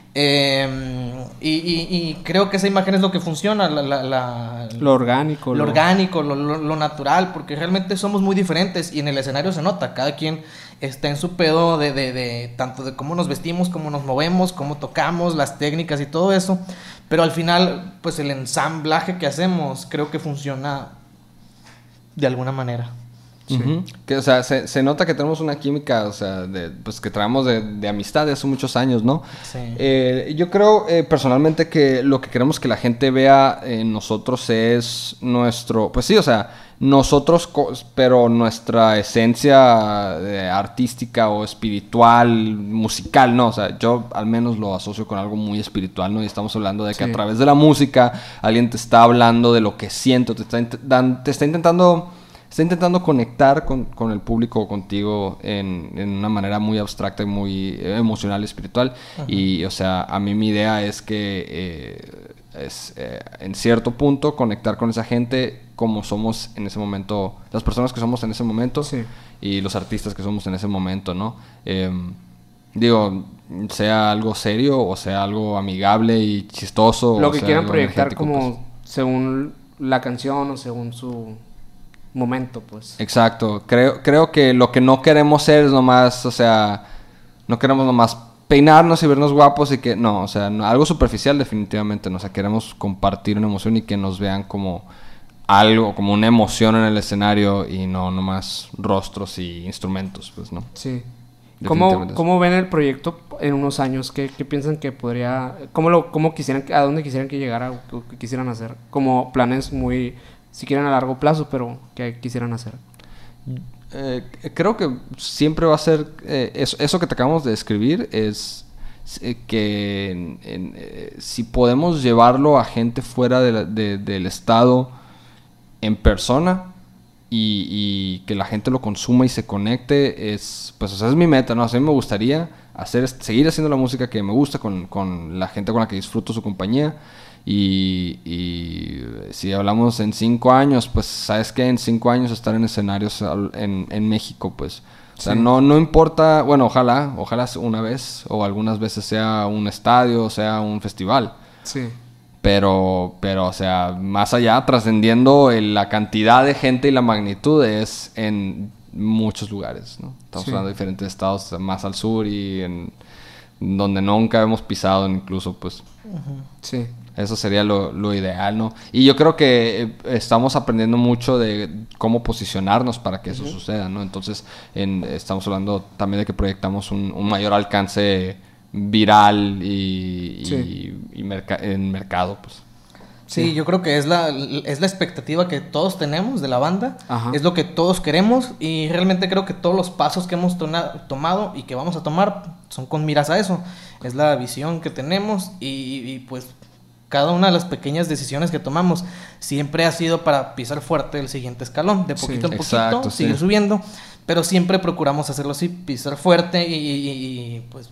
Eh, y, y, y creo que esa imagen es lo que funciona, la, la, la, lo orgánico, lo, lo orgánico, lo, lo, lo natural, porque realmente somos muy diferentes y en el escenario se nota, cada quien está en su pedo de, de, de tanto de cómo nos vestimos, cómo nos movemos, cómo tocamos, las técnicas y todo eso, pero al final, pues el ensamblaje que hacemos creo que funciona de alguna manera. Sí. Uh-huh. Que, o sea, se, se nota que tenemos una química, o sea, de, pues que traemos de, de amistad de hace muchos años, ¿no? Sí. Eh, yo creo eh, personalmente que lo que queremos que la gente vea en nosotros es nuestro, pues sí, o sea, nosotros, pero nuestra esencia eh, artística o espiritual, musical, ¿no? O sea, yo al menos lo asocio con algo muy espiritual, ¿no? Y estamos hablando de que sí. a través de la música alguien te está hablando de lo que siento, te está, int- te está intentando... Está intentando conectar con, con el público o contigo en, en una manera muy abstracta y muy eh, emocional y espiritual. Uh-huh. Y, o sea, a mí mi idea es que eh, es, eh, en cierto punto conectar con esa gente como somos en ese momento, las personas que somos en ese momento sí. y los artistas que somos en ese momento, ¿no? Eh, digo, sea algo serio o sea algo amigable y chistoso. Lo o que sea quieran proyectar como pues. según la canción o según su... momento, pues. Exacto. Creo, creo que lo que no queremos ser es nomás, o sea, no queremos nomás peinarnos y vernos guapos y que, no, o sea, no, algo superficial definitivamente, no, o sea, queremos compartir una emoción y que nos vean como algo, como una emoción en el escenario y no nomás rostros y instrumentos, pues, ¿no? Sí. ¿Cómo, ¿Cómo ven el proyecto en unos años? ¿Qué, qué piensan que podría, cómo lo, cómo quisieran, a dónde quisieran que llegara o qué quisieran hacer? Como planes muy... si quieren a largo plazo, pero ¿qué quisieran hacer? Eh, creo que siempre va a ser... Eh, eso, eso que te acabamos de describir es eh, que en, en, eh, si podemos llevarlo a gente fuera de la, de, del estado en persona y, y que la gente lo consuma y se conecte, es, pues, o sea, es mi meta, ¿no? O sea, a mí me gustaría hacer, seguir haciendo la música que me gusta con, con la gente con la que disfruto su compañía. Y, y si hablamos en cinco años, pues sabes que en cinco años estar en escenarios en, en México, pues o sea, sí. no, no importa, bueno, ojalá, ojalá una vez o algunas veces sea un estadio, sea un festival. Sí. Pero, pero, o sea, más allá, trascendiendo la cantidad de gente y la magnitud es en muchos lugares, ¿no? Estamos sí. hablando de diferentes estados más al sur y en donde nunca hemos pisado incluso, pues. Uh-huh. Sí. Eso sería lo, lo ideal, ¿no? Y yo creo que estamos aprendiendo mucho de cómo posicionarnos para que eso uh-huh. suceda, ¿no? Entonces, en, estamos hablando también de que proyectamos un, un mayor alcance viral y, sí. y, y merca- en mercado, pues. Sí, sí, yo creo que es la, es la expectativa que todos tenemos de la banda, Ajá. es lo que todos queremos y realmente creo que todos los pasos que hemos tona- tomado y que vamos a tomar son con miras a eso. Es la visión que tenemos y, y pues... cada una de las pequeñas decisiones que tomamos siempre ha sido para pisar fuerte el siguiente escalón, de poquito sí, en poquito, exacto, seguir sí. subiendo, pero siempre procuramos hacerlo así, pisar fuerte y, y, y pues...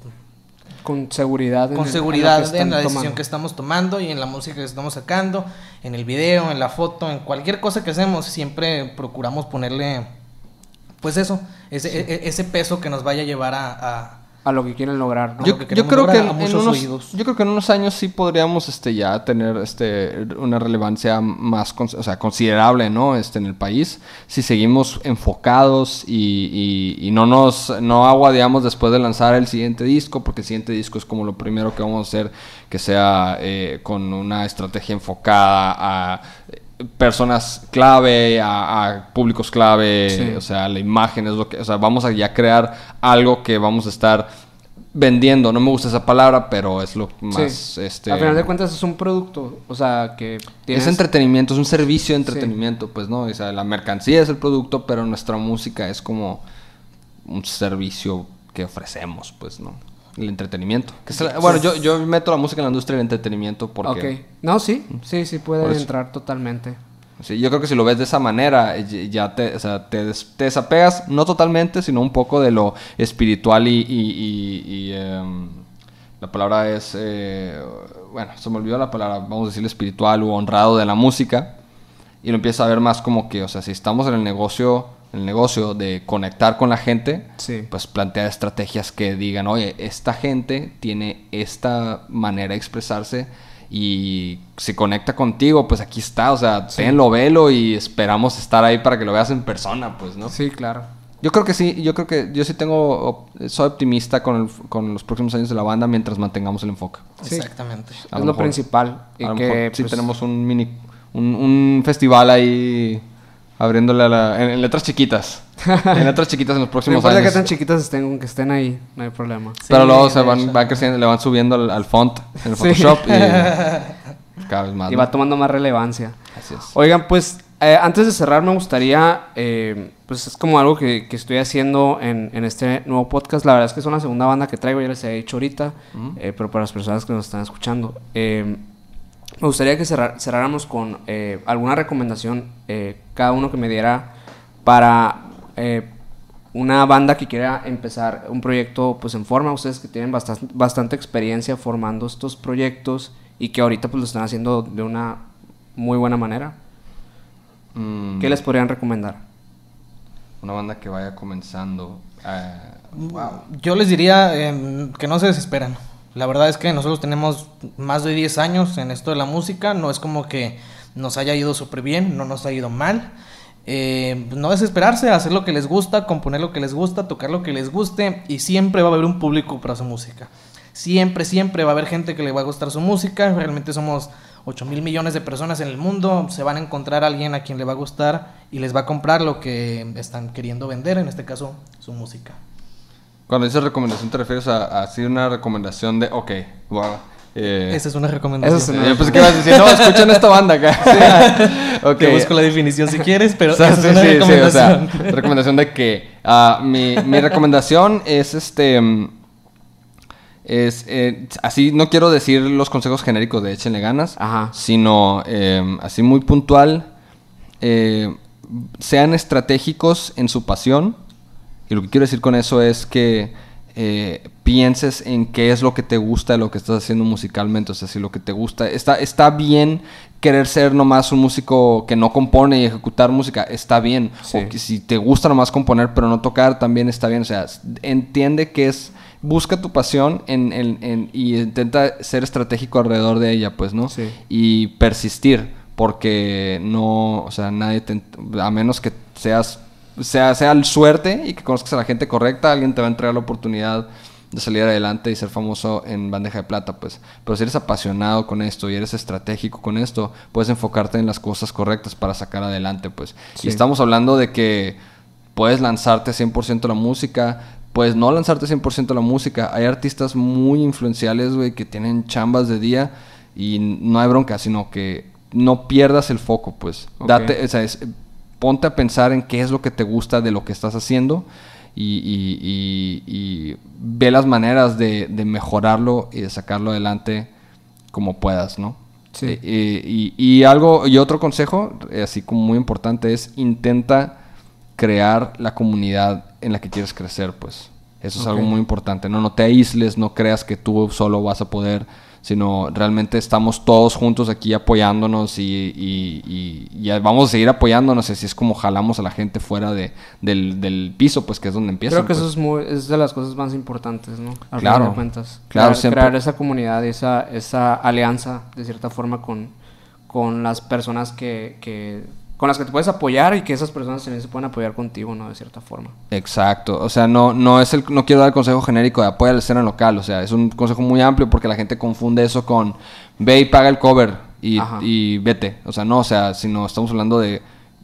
con seguridad. Con en seguridad el, en, en la decisión tomando. que estamos tomando y en la música que estamos sacando, en el video, en la foto, en cualquier cosa que hacemos, siempre procuramos ponerle, pues eso, ese, sí. e- ese peso que nos vaya a llevar a... a a lo que quieren lograr, ¿no? Yo, que yo creo que en, en unos, oídos. yo creo que en unos años sí podríamos este ya tener este una relevancia más o sea, considerable, ¿no? Este en el país si seguimos enfocados y, y, y no nos no aguadeamos después de lanzar el siguiente disco, porque el siguiente disco es como lo primero que vamos a hacer, que sea eh, con una estrategia enfocada a personas clave, a, a públicos clave, sí. o sea, la imagen es lo que, o sea, vamos a ya crear algo que vamos a estar vendiendo. No me gusta esa palabra, pero es lo más, sí. este... Al final de cuentas es un producto, o sea, que tienes... Es entretenimiento, es un servicio de entretenimiento, sí. pues, ¿no? O sea, la mercancía es el producto, pero nuestra música es como un servicio que ofrecemos, pues, ¿no? El entretenimiento. Que es la, bueno, yo, yo meto la música en la industria del entretenimiento porque... Ok. No, sí. Sí, sí puede entrar totalmente. Sí, yo creo que si lo ves de esa manera, ya te, o sea, te, des, te desapegas, no totalmente, sino un poco de lo espiritual y... y, y, y um, la palabra es... Eh, bueno, se me olvidó la palabra, vamos a decirle espiritual u honrado de la música. Y lo empiezas a ver más como que, o sea, si estamos en el negocio... el negocio de conectar con la gente, sí. pues plantear estrategias que digan, oye, esta gente tiene esta manera de expresarse y si conecta contigo, pues aquí está, o sea, sí. tenlo, velo y esperamos estar ahí para que lo veas en persona, pues, ¿no? Sí, claro. Yo creo que sí, yo creo que yo sí tengo, soy optimista con, el, con los próximos años de la banda mientras mantengamos el enfoque. Sí. Exactamente. A es lo, lo principal. Y a que, lo mejor, pues, sí tenemos un mini, un, un festival ahí... abriéndole a la, en, en letras chiquitas. En letras chiquitas en los próximos años. No importa años. que tan chiquitas estén, aunque estén ahí, no hay problema. Pero Sí, luego se van, hecho. van creciendo, le van subiendo al, al font en el Sí. Photoshop y cada vez más. Y ¿no? va tomando más relevancia. Así es. Oigan, pues eh, antes de cerrar me gustaría, eh, pues es como algo que, que estoy haciendo en, en este nuevo podcast. La verdad es que es una segunda banda que traigo, ya les he dicho ahorita, Uh-huh. eh, pero para las personas que nos están escuchando. Eh, me gustaría que cerrar, cerráramos con eh, alguna recomendación, eh, cada uno que me diera para eh, una banda que quiera empezar un proyecto pues en forma. Ustedes que tienen bastante, bastante experiencia formando estos proyectos y que ahorita pues lo están haciendo de una muy buena manera. Mm, ¿Qué les podrían recomendar? Una banda que vaya comenzando. Uh, wow. Yo les diría eh, que no se desesperan. La verdad es que nosotros tenemos más de diez años en esto de la música. No es como que nos haya ido súper bien, no nos ha ido mal. Eh, no desesperarse, hacer lo que les gusta, componer lo que les gusta, tocar lo que les guste. Y siempre va a haber un público para su música. Siempre, siempre va a haber gente que le va a gustar su música. Realmente somos ocho mil millones de personas en el mundo. Se van a encontrar a alguien a quien le va a gustar y les va a comprar lo que están queriendo vender, en este caso su música. Cuando dices recomendación, ¿te refieres a, a así una recomendación de, ok, wow, eh, Esa es una recomendación. Esa es una- yo pensé que ibas a decir, no, escuchen esta banda acá. Ok. Te busco la definición si quieres, pero O sea, esa sí, es una sí, sí, o sea, recomendación. recomendación de que uh, mi, mi recomendación es este mm, es eh, así, no quiero decir los consejos genéricos de échenle ganas, Ajá. sino eh, así muy puntual, eh, sean estratégicos en su pasión. Y lo que quiero decir con eso es que eh, pienses en qué es lo que te gusta de lo que estás haciendo musicalmente. O sea, si lo que te gusta... Está, está bien querer ser nomás un músico que no compone y ejecutar música. Está bien. Sí. O que si te gusta nomás componer pero no tocar, también está bien. O sea, entiende que es... Busca tu pasión en, en, en, y intenta ser estratégico alrededor de ella, pues, ¿no? Sí. Y persistir. Porque no... O sea, nadie te... A menos que seas... Sea, sea el suerte y que conozcas a la gente correcta, alguien te va a entregar la oportunidad de salir adelante y ser famoso en bandeja de plata, pues. Pero si eres apasionado con esto y eres estratégico con esto, puedes enfocarte en las cosas correctas para sacar adelante, pues. Sí. Y estamos hablando de que puedes lanzarte cien por ciento a la música, puedes no lanzarte cien por ciento a la música. Hay artistas muy influenciales, güey, que tienen chambas de día y no hay bronca, sino que no pierdas el foco, pues. Ok. Date, o sea, es... Ponte a pensar en qué es lo que te gusta de lo que estás haciendo y, y, y, y ve las maneras de, de mejorarlo y de sacarlo adelante como puedas, ¿no? Sí. Eh, eh, y, y algo y otro consejo, eh, así como muy importante, es intenta crear la comunidad en la que quieres crecer, pues. Eso es Ok. algo muy importante, ¿no? No te aísles, no creas que tú solo vas a poder, sino realmente estamos todos juntos aquí apoyándonos y, y, y, y vamos a seguir apoyándonos, así es como jalamos a la gente fuera de, del, del piso, pues que es donde empieza. Creo que pues. eso es, muy, es de las cosas más importantes, ¿no? Al Claro. final de cuentas. Claro, crear, siempre. crear esa comunidad y esa, esa alianza, de cierta forma, con, con las personas que, que... con las que te puedes apoyar y que esas personas también se pueden apoyar contigo, ¿no? De cierta forma. Exacto, o sea, no, no es el, no quiero dar el consejo genérico de apoya la escena local, o sea, es un consejo muy amplio porque la gente confunde eso con ve y paga el cover y, y vete, o sea, no, o sea, sino estamos hablando de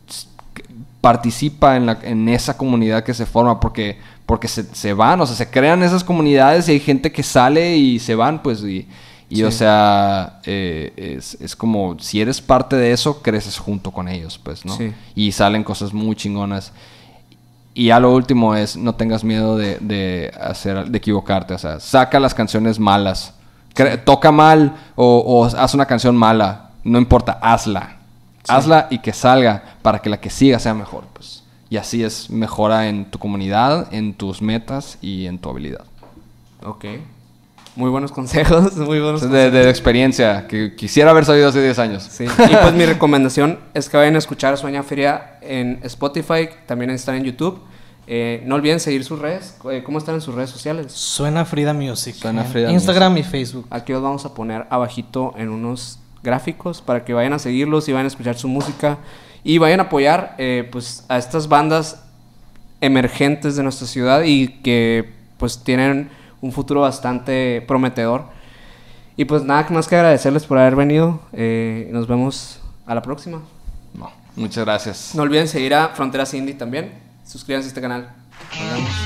participa en, la, en esa comunidad que se forma porque, porque se, se van, o sea, se crean esas comunidades y hay gente que sale y se van, pues, y... Y Sí. o sea, eh, es, es como si eres parte de eso, creces junto con ellos, pues, ¿no? Sí. Y salen cosas muy chingonas. Y ya lo último es, no tengas miedo de, de, hacer, de equivocarte. O sea, saca las canciones malas. Cre- toca mal o, o haz una canción mala. No importa, hazla. Sí. Hazla y que salga para que la que siga sea mejor, pues. Y así es, mejora en tu comunidad, en tus metas y en tu habilidad. Ok. Muy buenos consejos, muy buenos De, consejos. de, de experiencia, que quisiera haber sabido hace diez años. Sí. Y pues mi recomendación es que vayan a escuchar Sueña Feria en Spotify, también están en YouTube. Eh, no olviden seguir sus redes. Eh, ¿Cómo están en sus redes sociales? Suena Frida Music. Suena en Frida Instagram y Facebook. Aquí los vamos a poner abajito en unos gráficos para que vayan a seguirlos y vayan a escuchar su música y vayan a apoyar eh, pues a estas bandas emergentes de nuestra ciudad y que pues tienen un futuro bastante prometedor. Y pues nada más que agradecerles por haber venido. Eh, nos vemos a la próxima. No. Muchas gracias. No olviden seguir a Fronteras Indie también. Suscríbanse a este canal. Nos vemos.